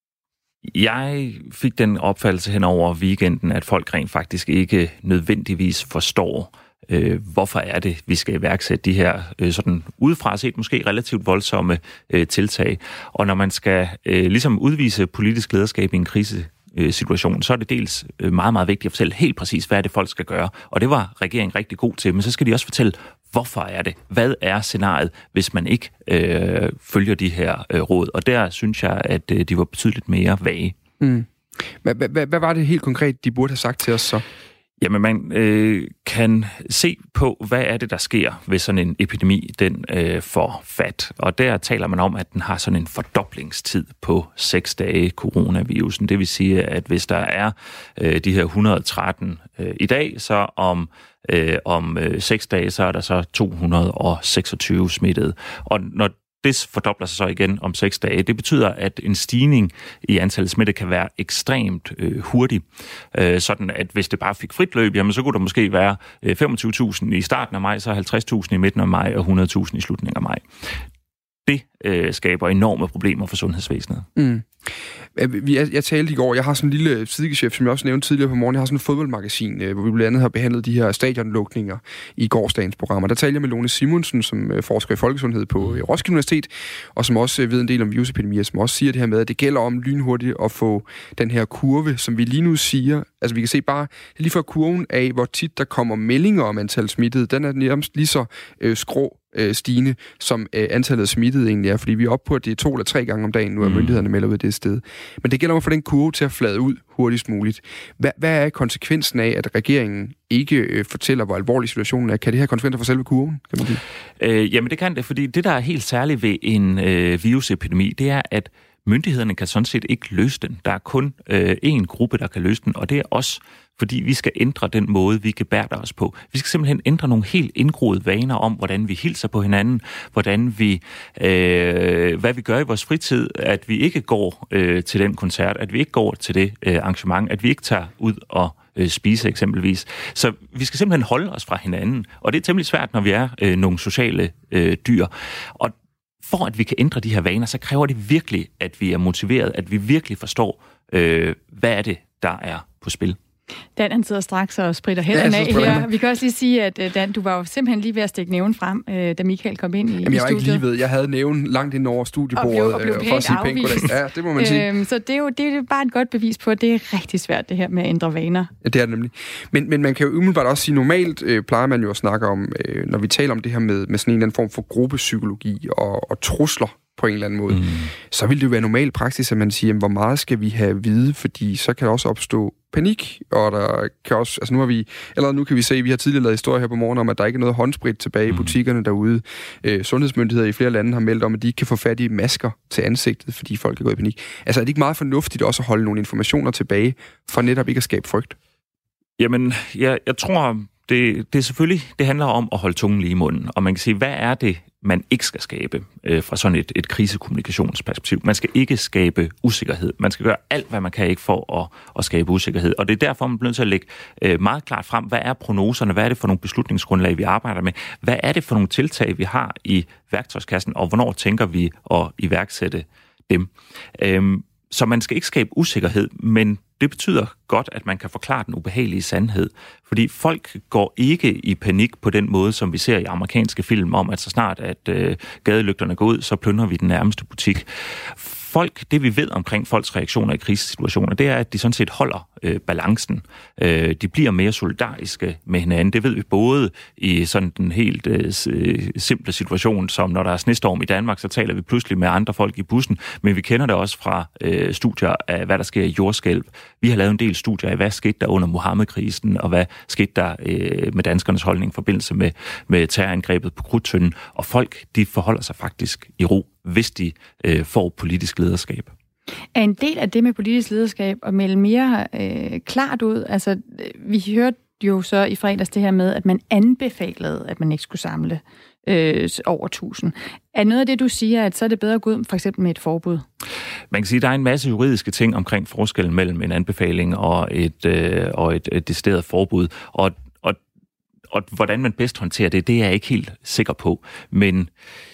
jeg fik den opfattelse hen over weekenden, at folk rent faktisk ikke nødvendigvis forstår, øh, hvorfor er det, vi skal iværksætte de her øh, sådan udefra set måske relativt voldsomme øh, tiltag. Og når man skal øh, ligesom udvise politisk lederskab i en krisesituation, så er det dels meget, meget vigtigt at fortælle helt præcis, hvad er det, folk skal gøre. Og det var regeringen rigtig god til, men så skal de også fortælle, hvorfor er det? Hvad er scenariet, hvis man ikke øh, følger de her øh, råd? Og der synes jeg, at øh, de var betydeligt mere vage. Mm. Hvad var det helt konkret, de burde have sagt til os så? Jamen, man øh, kan se på, hvad er det, der sker, hvis sådan en epidemi, den øh, får fat. Og der taler man om, at den har sådan en fordoblingstid på seks dage, coronavirusen. Det vil sige, at hvis der er øh, de her et hundrede og tretten øh, i dag, så om øh, om øh, seks dage, så er der så to hundrede og seksogtyve smittede. Og når det fordobler sig så igen om seks dage. Det betyder, at en stigning i antallet smitte kan være ekstremt øh, hurtig. Øh, sådan at hvis det bare fik frit løb, jamen så kunne der måske være øh, femogtyve tusind i starten af maj, så halvtreds tusind i midten af maj og hundrede tusind i slutningen af maj. Det øh, skaber enorme problemer for sundhedsvæsenet. Mm. Jeg, jeg talte i går, jeg har sådan en lille sidegeschæft, som jeg også nævnte tidligere på morgen. Jeg har sådan et fodboldmagasin, hvor vi blandt andet har behandlet de her stadionlukninger i gårsdagens programmer. Der talte jeg med Lone Simonsen, som forsker i folkesundhed på Roskilde Universitet, og som også ved en del om virusepidemier, som også siger det her med, at det gælder om lynhurtigt at få den her kurve, som vi lige nu siger, altså vi kan se bare, lige for kurven af, hvor tit der kommer meldinger om antal smittede, den er nærmest lige så øh, skrå stigende, som øh, antallet af smittede egentlig er, fordi vi er oppe på, at det er to eller tre gange om dagen nu, at myndighederne melder ud det sted. Men det gælder om at få den kurve til at flade ud hurtigst muligt. Hvad, hvad er konsekvensen af, at regeringen ikke øh, fortæller, hvor alvorlig situationen er? Kan det have konsekvenser for selve kurven, kan man sige? Øh, jamen det kan det, fordi det, der er helt særligt ved en øh, virusepidemi, det er, at myndighederne kan sådan set ikke løse den. Der er kun øh, én gruppe, der kan løse den, og det er os, fordi vi skal ændre den måde, vi gebærder os på. Vi skal simpelthen ændre nogle helt indgroede vaner om, hvordan vi hilser på hinanden, hvordan vi, øh, hvad vi gør i vores fritid, at vi ikke går øh, til den koncert, at vi ikke går til det øh, arrangement, at vi ikke tager ud og øh, spise eksempelvis. Så vi skal simpelthen holde os fra hinanden, og det er temmelig svært, når vi er øh, nogle sociale øh, dyr. Og for at vi kan ændre de her vaner, så kræver det virkelig, at vi er motiveret, at vi virkelig forstår, øh, hvad er det, der er på spil. Dan, han sidder straks og spritter hænderne af her. Vi kan også lige sige, at Dan, du var jo simpelthen lige ved at stikke næven frem, da Michael kom ind i, Jamen, jeg var i studiet. ikke lige ved. Jeg havde næven langt ind over studiebordet og blev, og blev for at sige pænt goddag. Ja, det må man sige. Øhm, så det er jo det er bare et godt bevis på, at det er rigtig svært, det her med at ændre vaner. Ja, det er det nemlig. Men, men man kan jo umiddelbart også sige, normalt øh, plejer man jo at snakke om, øh, når vi taler om det her med, med sådan en eller anden form for gruppepsykologi og, og trusler på en eller anden måde, mm. så vil det jo være normal praksis, at man siger, jamen, hvor meget skal vi have at vide, fordi så kan der også opstå panik, og der kan også, altså nu har vi, eller nu kan vi se, vi har tidligere lavet historie her på morgen om, at der ikke er noget håndsprit tilbage mm. i butikkerne derude. Øh, sundhedsmyndigheder i flere lande har meldt om, at de ikke kan få fat i masker til ansigtet, fordi folk er gået i panik. Altså er det ikke meget fornuftigt også at holde nogle informationer tilbage, for netop ikke at skabe frygt? Jamen, jeg, jeg tror, det, det er selvfølgelig, det handler om at holde tungen lige i munden, og man kan sige, hvad er det, man ikke skal skabe øh, fra sådan et, et krisekommunikationsperspektiv. Man skal ikke skabe usikkerhed. Man skal gøre alt, hvad man kan ikke for at, at skabe usikkerhed. Og det er derfor, man bliver nødt til at lægge øh, meget klart frem, hvad er prognoserne, hvad er det for nogle beslutningsgrundlag, vi arbejder med, hvad er det for nogle tiltag, vi har i værktøjskassen, og hvornår tænker vi at iværksætte dem. Øhm, så man skal ikke skabe usikkerhed, men det betyder godt, at man kan forklare den ubehagelige sandhed. Fordi folk går ikke i panik på den måde, som vi ser i amerikanske film om, at så snart at øh, gadelygterne går ud, så plyndrer vi den nærmeste butik. Folk, det vi ved omkring folks reaktioner i krisesituationer, det er, at de sådan set holder øh, balancen. Øh, de bliver mere solidariske med hinanden. Det ved vi både i sådan den helt øh, simple situation, som når der er snestorm i Danmark, så taler vi pludselig med andre folk i bussen, men vi kender det også fra øh, studier af, hvad der sker i jordskælv. Vi har lavet en del studier af, hvad skete der under Mohammed-krisen, og hvad skete der øh, med danskernes holdning i forbindelse med, med terrorangrebet på Krudttønden. Og folk, de forholder sig faktisk i ro, hvis de øh, får politisk lederskab. Er en del af det med politisk lederskab at melde mere øh, klart ud? Altså, vi hørte jo så i fredags det her med, at man anbefalede, at man ikke skulle samle øh, over tusind. Er noget af det, du siger, at så er det bedre at gå ud for eksempel med et forbud? Man kan sige, at der er en masse juridiske ting omkring forskellen mellem en anbefaling og et, øh, og et, et decideret forbud. Og, og, og hvordan man bedst håndterer det, det er jeg ikke helt sikker på. Men,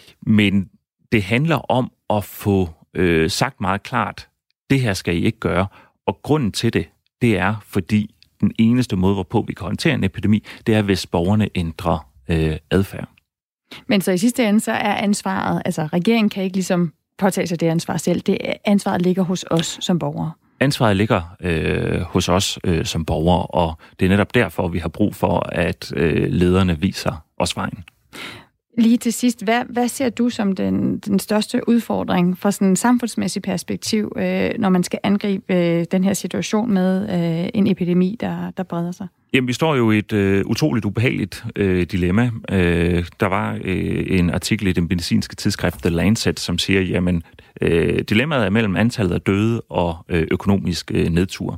men det handler om at få øh, sagt meget klart, det her skal I ikke gøre. Og grunden til det, det er, fordi den eneste måde, hvorpå vi kan håndtere en epidemi, det er, hvis borgerne ændrer øh, adfærd. Men så i sidste ende, så er ansvaret, altså regeringen kan ikke ligesom påtage sig det ansvar selv. Det ansvaret ligger hos os som borgere. Ansvaret ligger øh, hos os øh, som borgere, og det er netop derfor, vi har brug for, at øh, lederne viser os vejen. Lige til sidst, hvad, hvad ser du som den, den største udfordring fra sådan en samfundsmæssig perspektiv, øh, når man skal angribe øh, den her situation med øh, en epidemi, der, der breder sig? Jamen, vi står jo i et øh, utroligt ubehageligt øh, dilemma. Øh, der var øh, en artikel i det medicinske tidsskrift The Lancet, som siger, jamen, øh, dilemmaet er mellem antallet af døde og øh, økonomisk øh, nedtur.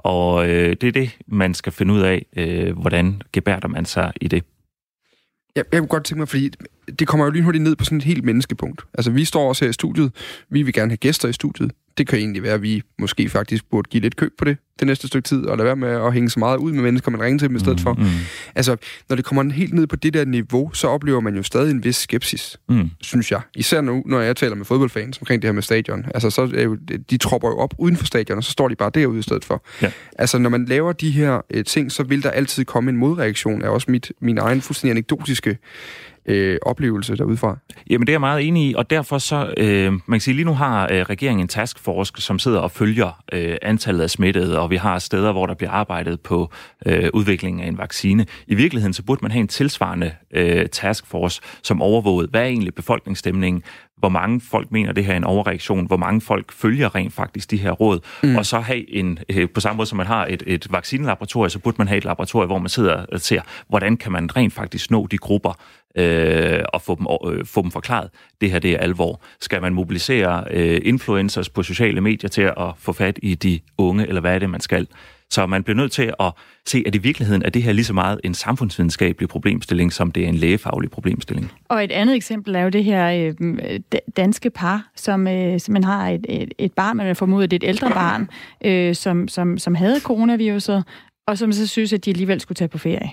Og øh, det er det, man skal finde ud af, øh, hvordan gebærder man sig i det. Jeg, jeg kunne godt tænke mig, fordi det kommer jo lige hurtigt ned på sådan et helt menneskepunkt. Altså, vi står også her i studiet. Vi vil gerne have gæster i studiet. Det kan egentlig være, at vi måske faktisk burde give lidt køb på det det næste stykke tid, og lade være med at hænge så meget ud med mennesker, man ringer til dem i stedet for. Mm, mm. Altså, når det kommer helt ned på det der niveau, så oplever man jo stadig en vis skepsis, mm. synes jeg. Især nu, når jeg taler med fodboldfans omkring det her med stadion. Altså, så er jo, de tropper jo op uden for stadion, og så står de bare derude i stedet for. Ja. Altså, når man laver de her øh, ting, så vil der altid komme en modreaktion af også mit, min egen fuldstændig anekdotiske Øh, oplevelse derudefra. Jamen, det er jeg meget enig i, og derfor så, øh, man kan sige, lige nu har øh, regeringen en taskforce, som sidder og følger øh, antallet af smittede, og vi har steder, hvor der bliver arbejdet på øh, udviklingen af en vaccine. I virkeligheden, så burde man have en tilsvarende øh, taskforce, som overvågede, hvad er egentlig befolkningsstemningen, hvor mange folk mener, det her er en overreaktion, hvor mange folk følger rent faktisk de her råd, mm. og så have en, på samme måde som man har et, et vaccinelaboratorium, så burde man have et laboratorium, hvor man sidder og ser, hvordan kan man rent faktisk nå de grupper, øh, og få dem, øh, få dem forklaret, det her det er alvor. Skal man mobilisere øh, influencers på sociale medier til at få fat i de unge, eller hvad er det, man skal? Så man bliver nødt til at se, at i virkeligheden er det her lige så meget en samfundsvidenskabelig problemstilling, som det er en lægefaglig problemstilling. Og et andet eksempel er jo det her øh, danske par, som, øh, som man har et, et, et barn, man har formodet, det er et ældre barn, øh, som, som, som havde coronaviruset, og som så synes, at de alligevel skulle tage på ferie.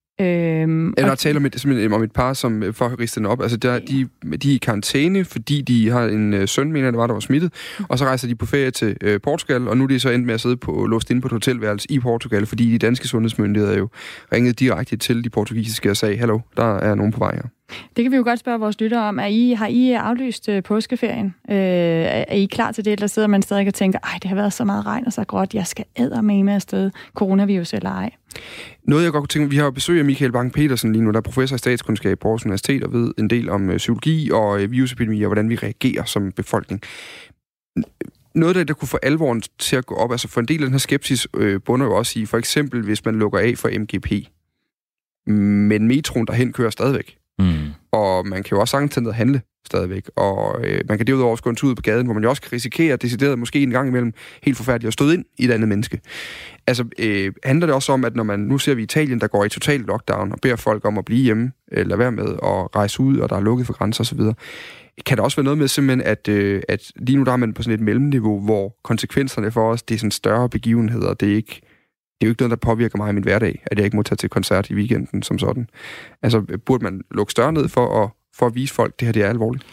Øhm, Eller taler om et, om et par, som for at riste den op. Altså, der, de, de er i karantæne, fordi de har en øh, søn, mener det var, der var smittet, og så rejser de på ferie til øh, Portugal, og nu er de så endt med at sidde på, låst inde på et hotelværelse i Portugal, fordi de danske sundhedsmyndigheder jo ringede direkte til de portugisiske og sagde, hallo, der er nogen på vej her. Det kan vi jo godt spørge vores lyttere om. Er I, har I aflyst øh, påskeferien? Øh, er I klar til det, eller sidder man stadig og tænker, ej, det har været så meget regn og så gråt, jeg skal eddermame afsted, coronavirus eller ej? Noget, jeg godt kunne tænke, vi har jo besøg af Michael Bang-Petersen lige nu, der er professor i statskundskab på Aarhus Universitet og ved en del om øh, psykologi og øh, virusepidemi og hvordan vi reagerer som befolkning. Noget, der, der kunne få alvoren til at gå op, altså for en del af den her skepsis øh, bunder jo også i, for eksempel hvis man lukker af for M G P, men metroen derhen kører stadigvæk. Mm. Og man kan jo også sagtens tage handle stadigvæk. Og øh, man kan derudover også gå en tur ud på gaden, hvor man jo også kan risikere, at decideret måske en gang imellem helt forfærdeligt at støde ind i et andet menneske. Altså, øh, handler det også om, at når man, nu ser vi Italien, der går i total lockdown og beder folk om at blive hjemme, eller være med og rejse ud, og der er lukket for grænser osv., kan der også være noget med simpelthen, at, øh, at lige nu der er man på sådan et mellemniveau, hvor konsekvenserne for os, det er sådan større begivenheder, det er ikke Det er jo ikke noget, der påvirker mig i min hverdag, at jeg ikke må tage til koncert i weekenden som sådan. Altså, burde man lukke større ned for at, for at vise folk, at det her det er alvorligt?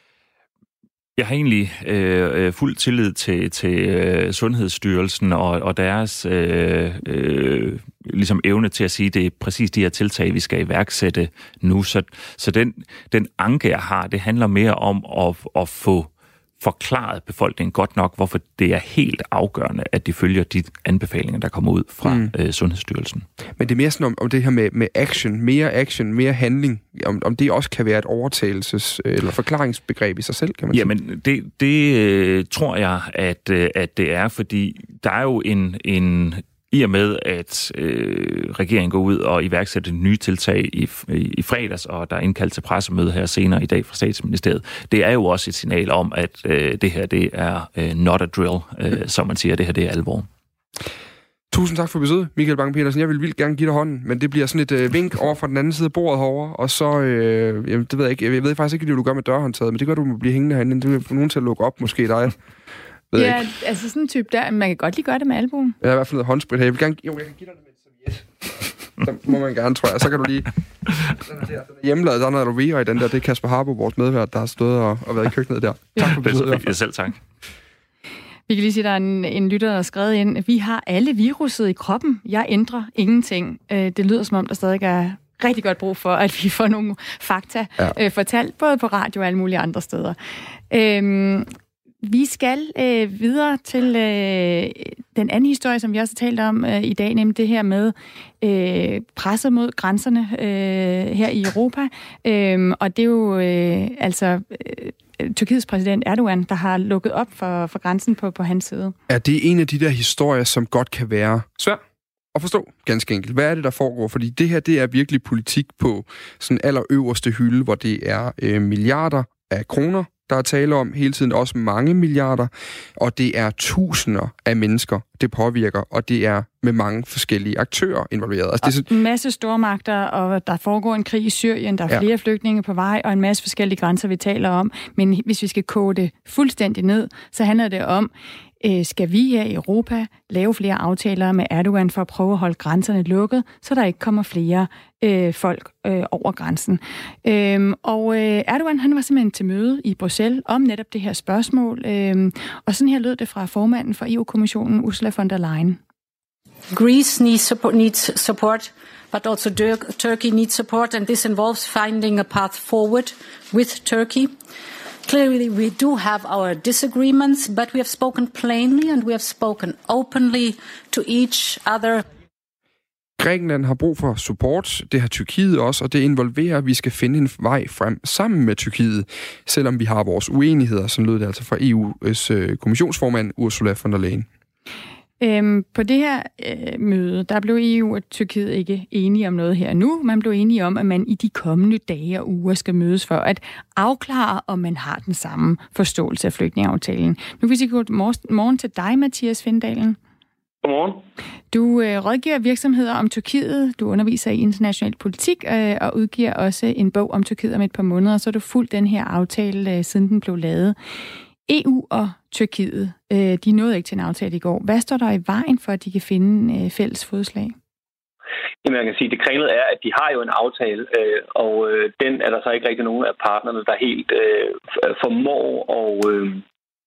Jeg har egentlig øh, fuld tillid til, til øh, Sundhedsstyrelsen og, og deres øh, øh, ligesom evne til at sige, at det er præcis de her tiltag, vi skal iværksætte nu. Så, så den, den anke, jeg har, det handler mere om at, at få forklaret befolkningen godt nok, hvorfor det er helt afgørende, at de følger de anbefalinger, der kommer ud fra mm. øh, Sundhedsstyrelsen. Men det er mere sådan om, om det her med, med action, mere action, mere handling, om, om det også kan være et overtagelses- eller forklaringsbegreb i sig selv, kan man Jamen, sige? Jamen, det, det øh, tror jeg, at, øh, at det er, fordi der er jo en... en I og med, at øh, regeringen går ud og iværksætter nye tiltag i, i, i fredags, og der er indkaldt til pressemøde her senere i dag fra Statsministeriet, det er jo også et signal om, at øh, det her det er øh, not a drill, øh, som man siger, det her det er alvor. Tusind tak for besøget, Michael Bang-Petersen. Jeg vil vildt gerne give dig hånden, men det bliver sådan et øh, vink over fra den anden side af bordet herovre, og så, øh, jamen, det ved jeg ikke, jeg ved faktisk ikke, hvad du gør med dørhåndtaget, men det gør du må blive hængende herinde, det vil få nogen til at lukke op, måske dig. Ja, ikke. Altså sådan en type der, man kan godt lige gøre det med albuen. Jeg har i hvert fald noget håndsprit her. Jeg vil gerne, jo, jeg kan give dig det med en serviet. Så må man gerne, tror jeg. Så kan du lige... Den er, der, den er hjemmelavet, der er noget aloe vera i den der. Det er Kasper Harbo, vores medvært, der har stået og, og været i køkkenet der. Ja. Tak for besøget. Ja, selv tak. Vi kan lige sige, at der er en, en lytter, der har skrevet ind. Vi har alle viruset i kroppen. Jeg ændrer ingenting. Det lyder som om, der stadig er rigtig godt brug for, at vi får nogle fakta ja. øh, fortalt, både på radio og alle mulige andre steder. Øhm, Vi skal øh, videre til øh, den anden historie, som vi også har talt om øh, i dag, nemlig det her med øh, presset mod grænserne øh, her i Europa. Øh, og det er jo øh, altså øh, Tyrkiets præsident Erdogan, der har lukket op for, for grænsen på, på hans side. Er det en af de der historier, som godt kan være svært at forstå, ganske enkelt? Hvad er det, der foregår? Fordi det her, det er virkelig politik på sådan allerøverste hylde, hvor det er øh, milliarder af kroner, der er tale om hele tiden, også mange milliarder, og det er tusinder af mennesker, det påvirker, og det er med mange forskellige aktører involveret. Altså, det er så... En masse stormagter, og der foregår en krig i Syrien, der er flere ja. flygtninge på vej, og en masse forskellige grænser, vi taler om. Men hvis vi skal koge det fuldstændig ned, så handler det om, øh, skal vi her i Europa lave flere aftaler med Erdogan for at prøve at holde grænserne lukket, så der ikke kommer flere øh, folk øh, over grænsen. Øhm, og øh, Erdogan, han var simpelthen til møde i Bruxelles om netop det her spørgsmål, øhm, og sådan her lød det fra formanden for E U-kommissionen, Ursula von der Leyen. Greece needs support, needs support, but also Turkey needs support, and this involves finding a path forward with Turkey. Clearly, we do have our disagreements, but we have spoken plainly and we have spoken openly to each other. Grækenland har brug for support, det har Tyrkiet også, og det involverer, at vi skal finde en vej frem sammen med Tyrkiet, selvom vi har vores uenigheder, som lød det altså fra E U's kommissionsformand Ursula von der Leyen. Øhm, på det her øh, møde, der blev E U og Tyrkiet ikke enige om noget her nu. Man blev enige om, at man i de kommende dage og uger skal mødes for at afklare, om man har den samme forståelse af flygtningeaftalen. Nu vil vi sige god morgen til dig, Mathias Findalen. Godmorgen. Du øh, rådgiver virksomheder om Tyrkiet, du underviser i international politik øh, og udgiver også en bog om Tyrkiet om et par måneder, så har du fulgt den her aftale, øh, siden den blev lavet. E U og Tyrkiet, øh, de nåede ikke til en aftale i går. Hvad står der i vejen for, at de kan finde øh, fælles fodslag? Jamen, jeg kan sige, det kringlede er, at de har jo en aftale, øh, og øh, den er der så ikke rigtig nogen af partnerne, der helt øh, formår at, øh,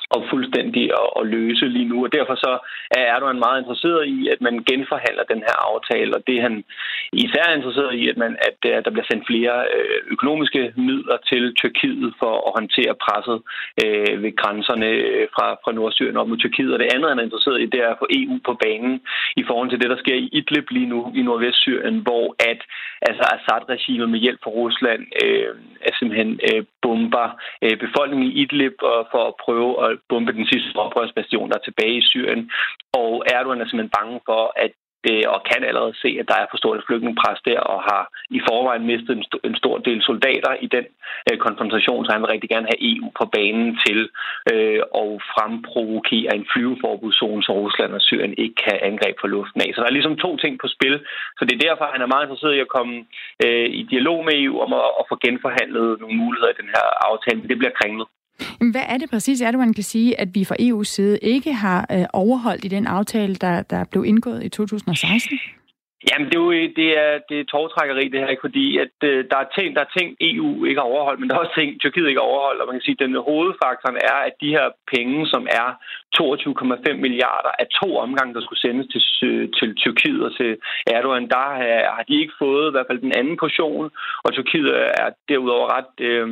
og fuldstændig at, at løse lige nu. Og derfor så er Erdogan meget interesseret i, at man genforhandler den her aftale, og det er han især interesseret i, at, man, at der bliver sendt flere økonomiske midler til Tyrkiet for at håndtere presset øh, ved grænserne fra, fra Nordsyrien op mod Tyrkiet. Og det andet, han er interesseret i, det er at få E U på banen i forhold til det, der sker i Idlib lige nu i Nordvestsyrien, hvor at altså Assad-regimet med hjælp fra Rusland øh, er simpelthen øh, bomber øh, befolkningen i Idlib og for at prøve at bombe den sidste oprørsbastion, der er tilbage i Syrien. Og Erdogan er simpelthen bange for, at og kan allerede se, at der er for stort et flygtningepres der, og har i forvejen mistet en, st- en stor del soldater i den øh, konfrontation, så han vil rigtig gerne have E U på banen til øh, at fremprovokere en flyveforbudszone, så Rusland og Syrien ikke kan angribe fra luften af. Så der er ligesom to ting på spil, så det er derfor, han er meget interesseret i at komme øh, i dialog med E U om at, at få genforhandlet nogle muligheder i den her aftale, men det bliver kringlet. Hvad er det præcis, Erdogan kan sige, at vi fra E U's side ikke har øh, overholdt i den aftale, der, der blev indgået i to tusind og seksten? Jamen, det er jo det er, det er tårtrækkeri, det her, ikke? Fordi at, øh, der, er ting, der er ting, E U ikke har overholdt, men der er også ting, Tyrkiet ikke har overholdt. Og man kan sige, at den hovedfaktoren er, at de her penge, som er toogtyve komma fem milliarder af to omgange, der skulle sendes til, til Tyrkiet og til Erdogan, der har, har de ikke fået i hvert fald den anden portion, og Tyrkiet er derudover ret... Øh,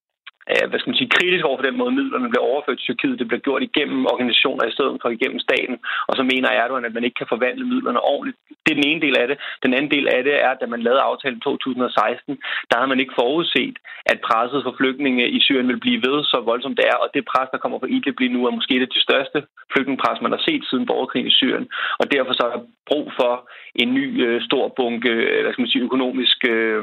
hvad skal man sige, kritisk over for den måde, midlerne bliver overført til Tyrkiet. Det bliver gjort igennem organisationer i stedet for igennem staten. Og så mener Erdogan, at man ikke kan forvandle midlerne ordentligt. Det er den ene del af det. Den anden del af det er, at da man lavede aftalen i to tusind og seksten, der havde man ikke forudset, at presset for flygtninge i Syrien vil blive ved så voldsomt det er. Og det pres, der kommer fra Idlib lige nu, er måske et af de største flygtningepres, man har set siden borgerkrigen i Syrien. Og derfor så er der brug for en ny øh, stor bunke, hvad skal man sige, økonomisk... Øh,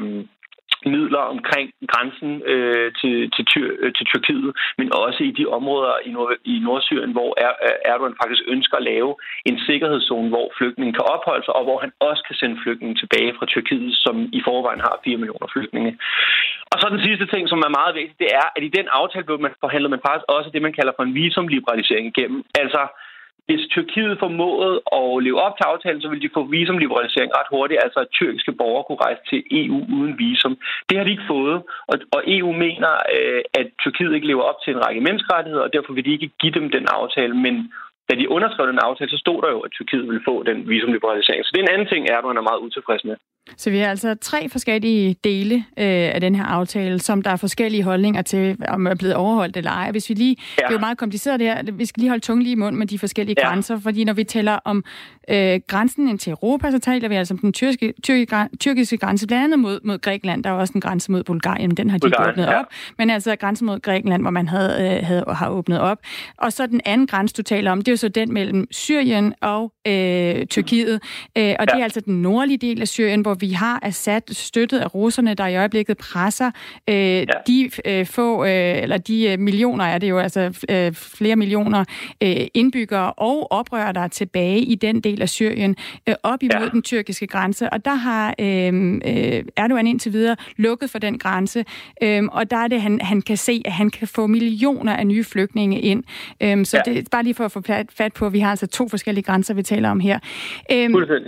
midler omkring grænsen øh, til, til, Tyr- øh, til Tyrkiet, men også i de områder i, Nord- i Nordsyrien, hvor er- Erdogan faktisk ønsker at lave en sikkerhedszone, hvor flygtninge kan opholde sig, og hvor han også kan sende flygtninge tilbage fra Tyrkiet, som i forvejen har fire millioner flygtninge. Og så den sidste ting, som er meget vigtigt, det er, at i den aftale blev man forhandlet man faktisk også det, man kalder for en visumliberalisering igennem. Altså, hvis Tyrkiet formåede at leve op til aftalen, så ville de få visumliberalisering ret hurtigt, altså at tyrkiske borgere kunne rejse til E U uden visum. Det har de ikke fået, og, og E U mener, at Tyrkiet ikke lever op til en række menneskerettigheder, og derfor vil de ikke give dem den aftale, men da de underskrev den aftale, så stod der jo, at Tyrkiet ville få den visumliberalisering. Så det er en anden ting, Erdogan er meget utilfreds med. Så vi har altså tre forskellige dele øh, af den her aftale, som der er forskellige holdninger til, om er blevet overholdt eller ej. Hvis vi lige, ja. Det er jo meget kompliceret det her, vi skal lige holde tungen lige i mund med de forskellige ja. grænser, fordi når vi tæller om øh, grænsen ind til Europa, så taler vi altså om den tyrkiske, tyrkiske, tyrkiske grænse, blandt andet mod, mod Grækenland. Der er også en grænse mod Bulgarien, den har de Bulgarien, åbnet ja. op. Men altså grænsen mod Grækenland, hvor man havde, øh, havde, har åbnet op. Og så den anden grænse, du taler om, det er jo så den mellem Syrien og øh, Tyrkiet. Øh, og ja. det er altså den nordlige del af Syrien, hvor vi har Assad støttet af russerne, der i øjeblikket presser øh, ja. de øh, få, øh, eller de øh, millioner, er det jo altså øh, flere millioner øh, indbyggere og oprører, der er tilbage i den del af Syrien, øh, op imod ja. den tyrkiske grænse. Og der har øh, øh, Erdogan indtil videre lukket for den grænse, øh, og der er det, han, han kan se, at han kan få millioner af nye flygtninge ind. Øh, så ja. det er bare lige for at få fat på, at vi har altså to forskellige grænser, vi taler om her. Øh,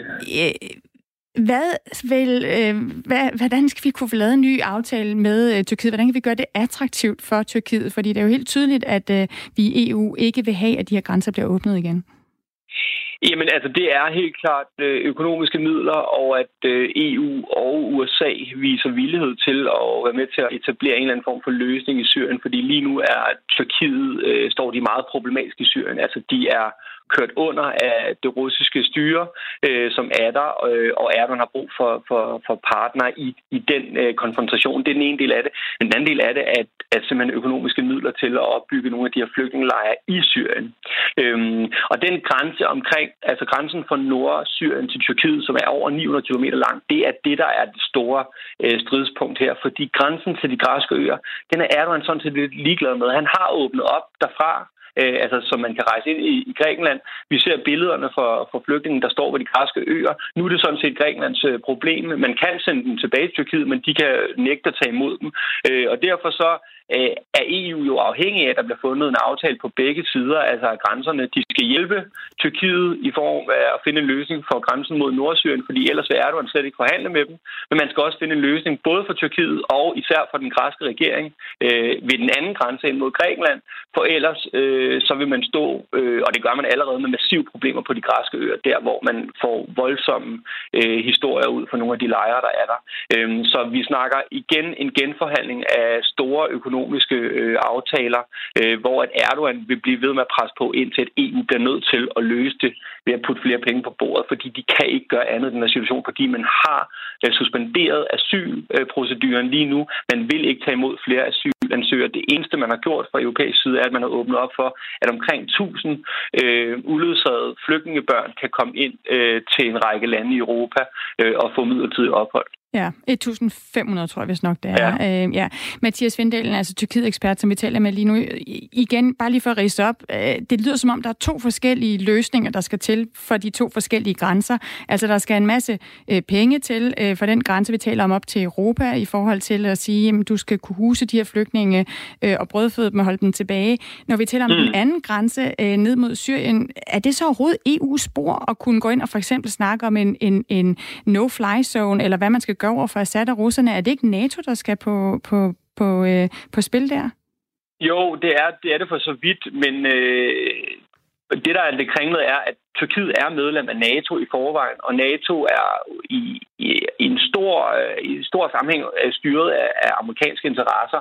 Hvad vil, øh, hvad, hvordan skal vi kunne få lavet en ny aftale med øh, Tyrkiet? Hvordan kan vi gøre det attraktivt for Tyrkiet? Fordi det er jo helt tydeligt, at øh, vi i E U ikke vil have, at de her grænser bliver åbnet igen. Jamen altså, det er helt klart øh, økonomiske midler, og at øh, E U og U S A viser villighed til at være med til at etablere en eller anden form for løsning i Syrien, fordi lige nu er Tyrkiet, øh, står de meget problematisk i Syrien. Altså, de er kørt under af det russiske styre, øh, som er der, øh, og Erdogan har brug for, for, for partner i, i den øh, konfrontation. Det er den ene del af det. Men den anden del af det er, at, at simpelthen økonomiske midler til at opbygge nogle af de her flygtningelejre i Syrien. Øhm, og den grænse omkring, altså grænsen fra Nordsyrien til Tyrkiet, som er over ni hundrede kilometer lang, det er det, der er det store øh, stridspunkt her, fordi grænsen til de græske øer, den er Erdogan sådan set lidt ligeglad med. Han har åbnet op derfra, Øh, altså så man kan rejse ind i, i Grækenland. Vi ser billederne for, for flygtninge, der står ved de græske øer. Nu er det sådan set Grækenlands øh, problem. Man kan sende dem tilbage til Tyrkiet, men de kan nægte at tage imod dem. Øh, og derfor så øh, er E U jo afhængig af, at der bliver fundet en aftale på begge sider, altså at grænserne. De skal hjælpe Tyrkiet i form af at finde en løsning for grænsen mod Nordsyrien, fordi ellers vil Erdogan slet ikke forhandle med dem. Men man skal også finde en løsning både for Tyrkiet og især for den græske regering øh, ved den anden grænse ind mod Grækenland, for ellers øh, så vil man stå, øh, og det gør man allerede med massive problemer på de græske øer, der hvor man får voldsomme øh, historier ud fra nogle af de lejre, der er der. Øh, så vi snakker igen en genforhandling af store økonomiske øh, aftaler, øh, hvor at Erdogan vil blive ved med at presse på, indtil at E U bliver nødt til at løse det ved at putte flere penge på bordet, fordi de kan ikke gøre andet i den her situation, fordi man har øh, suspenderet asylproceduren lige nu. Man vil ikke tage imod flere asylansøgere. Det eneste, man har gjort fra europæisk side, er, at man har åbnet op for, at omkring tusind øh, uledsagede flygtningebørn kan komme ind øh, til en række lande i Europa øh, og få midlertidigt ophold. Ja, et tusind fem hundrede tror jeg vist nok, det er. Ja. Øh, ja. Mathias Vindalen, altså Tyrkiet-ekspert, som vi taler med lige nu. Igen, bare lige for at ridse op. Øh, det lyder som om, der er to forskellige løsninger, der skal til for de to forskellige grænser. Altså, der skal en masse øh, penge til øh, for den grænse, vi taler om op til Europa, i forhold til at sige, at du skal kunne huse de her flygtninge øh, og brødføde dem og holde dem tilbage. Når vi taler om mm. den anden grænse øh, ned mod Syrien, er det så overhovedet E U-spor at kunne gå ind og for eksempel snakke om en, en, en no-fly zone, eller hvad man skal gøre over for Assad og russerne? Er det ikke NATO, der skal på, på, på, øh, på spil der? Jo, det er det, er det for så vidt, men øh, det, der er det kringlede, er, at Tyrkiet er medlem af NATO i forvejen, og NATO er i, i, i en stor, i en stor sammenhæng styret af, af amerikanske interesser,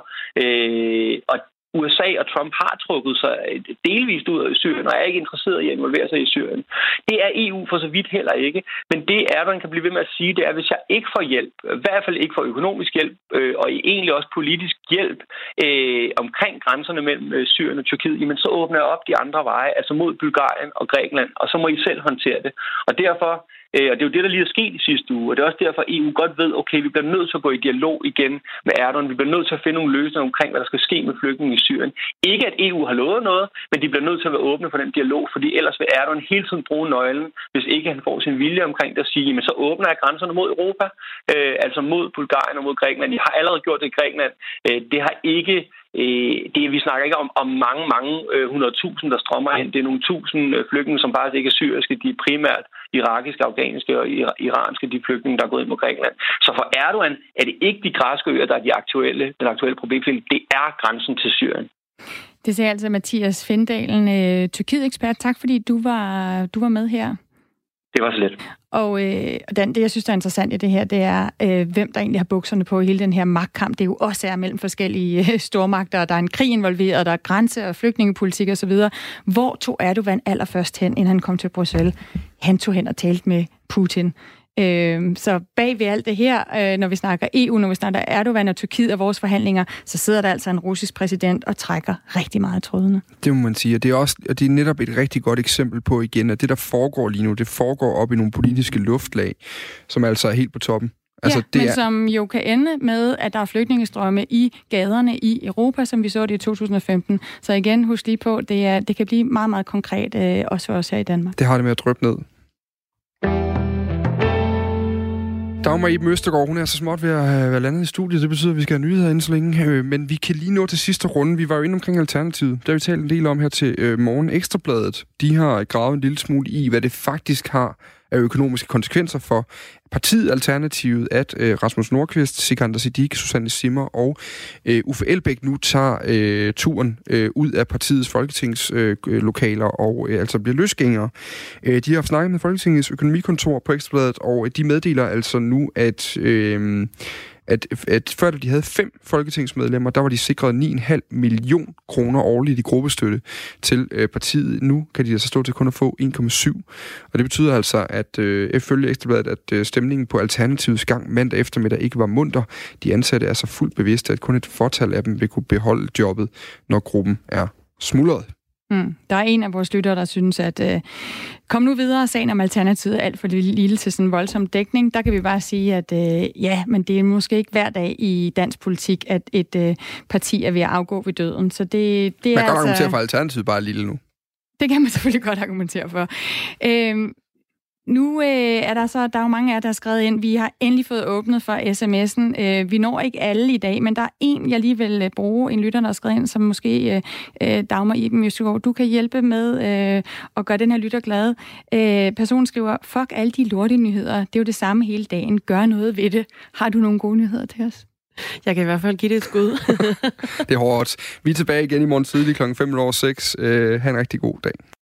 øh, og U S A og Trump har trukket sig delvist ud af Syrien, og er ikke interesseret i at involvere sig i Syrien. Det er E U for så vidt heller ikke, men det Erdogan kan blive ved med at sige, det er, at hvis jeg ikke får hjælp, i hvert fald ikke får økonomisk hjælp, øh, og egentlig også politisk hjælp øh, omkring grænserne mellem øh, Syrien og Tyrkiet, jamen så åbner jeg op de andre veje, altså mod Bulgarien og Grækenland, og så må I selv håndtere det. Og derfor Og det er jo det, der lige er sket i sidste uge, og det er også derfor, at E U godt ved, okay, vi bliver nødt til at gå i dialog igen med Erdogan. Vi bliver nødt til at finde nogle løsninger omkring, hvad der skal ske med flygtninge i Syrien. Ikke at E U har lovet noget, men de bliver nødt til at være åbne for den dialog, fordi ellers vil Erdogan hele tiden bruge nøglen, hvis ikke han får sin vilje omkring det at sige, men så åbner jeg grænserne mod Europa, øh, altså mod Bulgarien og mod Grækenland. Jeg har allerede gjort det i Grækenland. Øh, det har ikke... Det, vi snakker ikke om, om mange, mange øh, hundredtusind, der strømmer ind. Det er nogle tusind øh, flygtninge, som faktisk ikke er syriske. De er primært irakiske, afghanske og iranske, de flygtninge, der er gået ind på Grækenland. Så for Erdogan er det ikke de græske øer, der er de aktuelle, den aktuelle problemstilling. Det er grænsen til Syrien. Det sagde altså Mathias Vindalen, øh, Tyrkiet-ekspert. Tak fordi du var, du var med her. Det var så let. Og øh, Dan, det, jeg synes, der er interessant i det her, det er, øh, hvem der egentlig har bukserne på i hele den her magtkamp. Det er jo også er mellem forskellige øh, stormagter, og der er en krig involveret, der er grænse- og flygtningepolitik osv. Hvor tog Erdogan allerførst hen, inden han kom til Bruxelles? Han tog hen og talte med Putin. Øh, så bag ved alt det her, øh, når vi snakker E U, når vi snakker Erdogan og Tyrkiet og vores forhandlinger, så sidder der altså en russisk præsident og trækker rigtig meget af trådene. Det må man sige, og det er, også, og det er netop et rigtig godt eksempel på igen, at det, der foregår lige nu, det foregår op i nogle politiske luftlag, som altså er helt på toppen. Altså, ja, det men er... som jo kan ende med, at der er flygtningestrømme i gaderne i Europa, som vi så det i to tusind og femten. Så igen, husk lige på, det, er, det kan blive meget, meget konkret, øh, også for os her i Danmark. Det har det med at dryppe ned. Dagmar Iben Østergaard, hun er så småt ved at være landet i studiet. Det betyder, at vi skal have nyheder inden så længe. Men vi kan lige nå til sidste runde. Vi var jo inde omkring Alternativet. Der har vi talt en del om her til morgen. Ekstrabladet, de har gravet en lille smule i, hvad det faktisk har af økonomiske konsekvenser for partiet Alternativet, at øh, Rasmus Nordqvist, Sikander Siddique, Susanne Zimmer og øh, Uffe Elbæk nu tager øh, turen øh, ud af partiets folketingslokaler øh, og øh, altså bliver løsgængere. Øh, de har snakket med Folketingets økonomikontor på Ekstrabladet, og de meddeler altså nu, at øh, At, at før de havde fem folketingsmedlemmer, der var de sikret ni komma fem million kroner årligt i gruppestøtte til øh, partiet. Nu kan de altså stå til kun at få en komma syv. Og det betyder altså, at øh, ifølge Ekstrabladet, at øh, stemningen på Alternativets gang mandag eftermiddag ikke var munter. De ansatte er så fuldt bevidste, at kun et fortal af dem vil kunne beholde jobbet, når gruppen er smuldret. Mm. Der er en af vores lyttere, der synes, at øh, kom nu videre, sagen om Alternativet er alt for lille til sådan en voldsom dækning. Der kan vi bare sige, at øh, ja, men det er måske ikke hver dag i dansk politik, at et øh, parti er ved at afgå ved døden. Så det, det man er kan godt altså... argumentere for, at Alternativet bare er lille nu. Det kan man selvfølgelig godt argumentere for. Øh, Nu øh, er der så, der er jo mange af jer, der har skrevet ind. Vi har endelig fået åbnet for sms'en. Øh, vi når ikke alle i dag, men der er en, jeg lige vil bruge, en lytter, der har skrevet ind, som måske øh, Dagmar Iben Jøstegård, du kan hjælpe med øh, at gøre den her lytter glad. Øh, personen skriver, fuck alle de lorte nyheder. Det er jo det samme hele dagen. Gør noget ved det. Har du nogle gode nyheder til os? Jeg kan i hvert fald give det et skud. Det er hårdt. Vi er tilbage igen i morgen tidlig klokken fem over seks. Øh, ha' en rigtig god dag.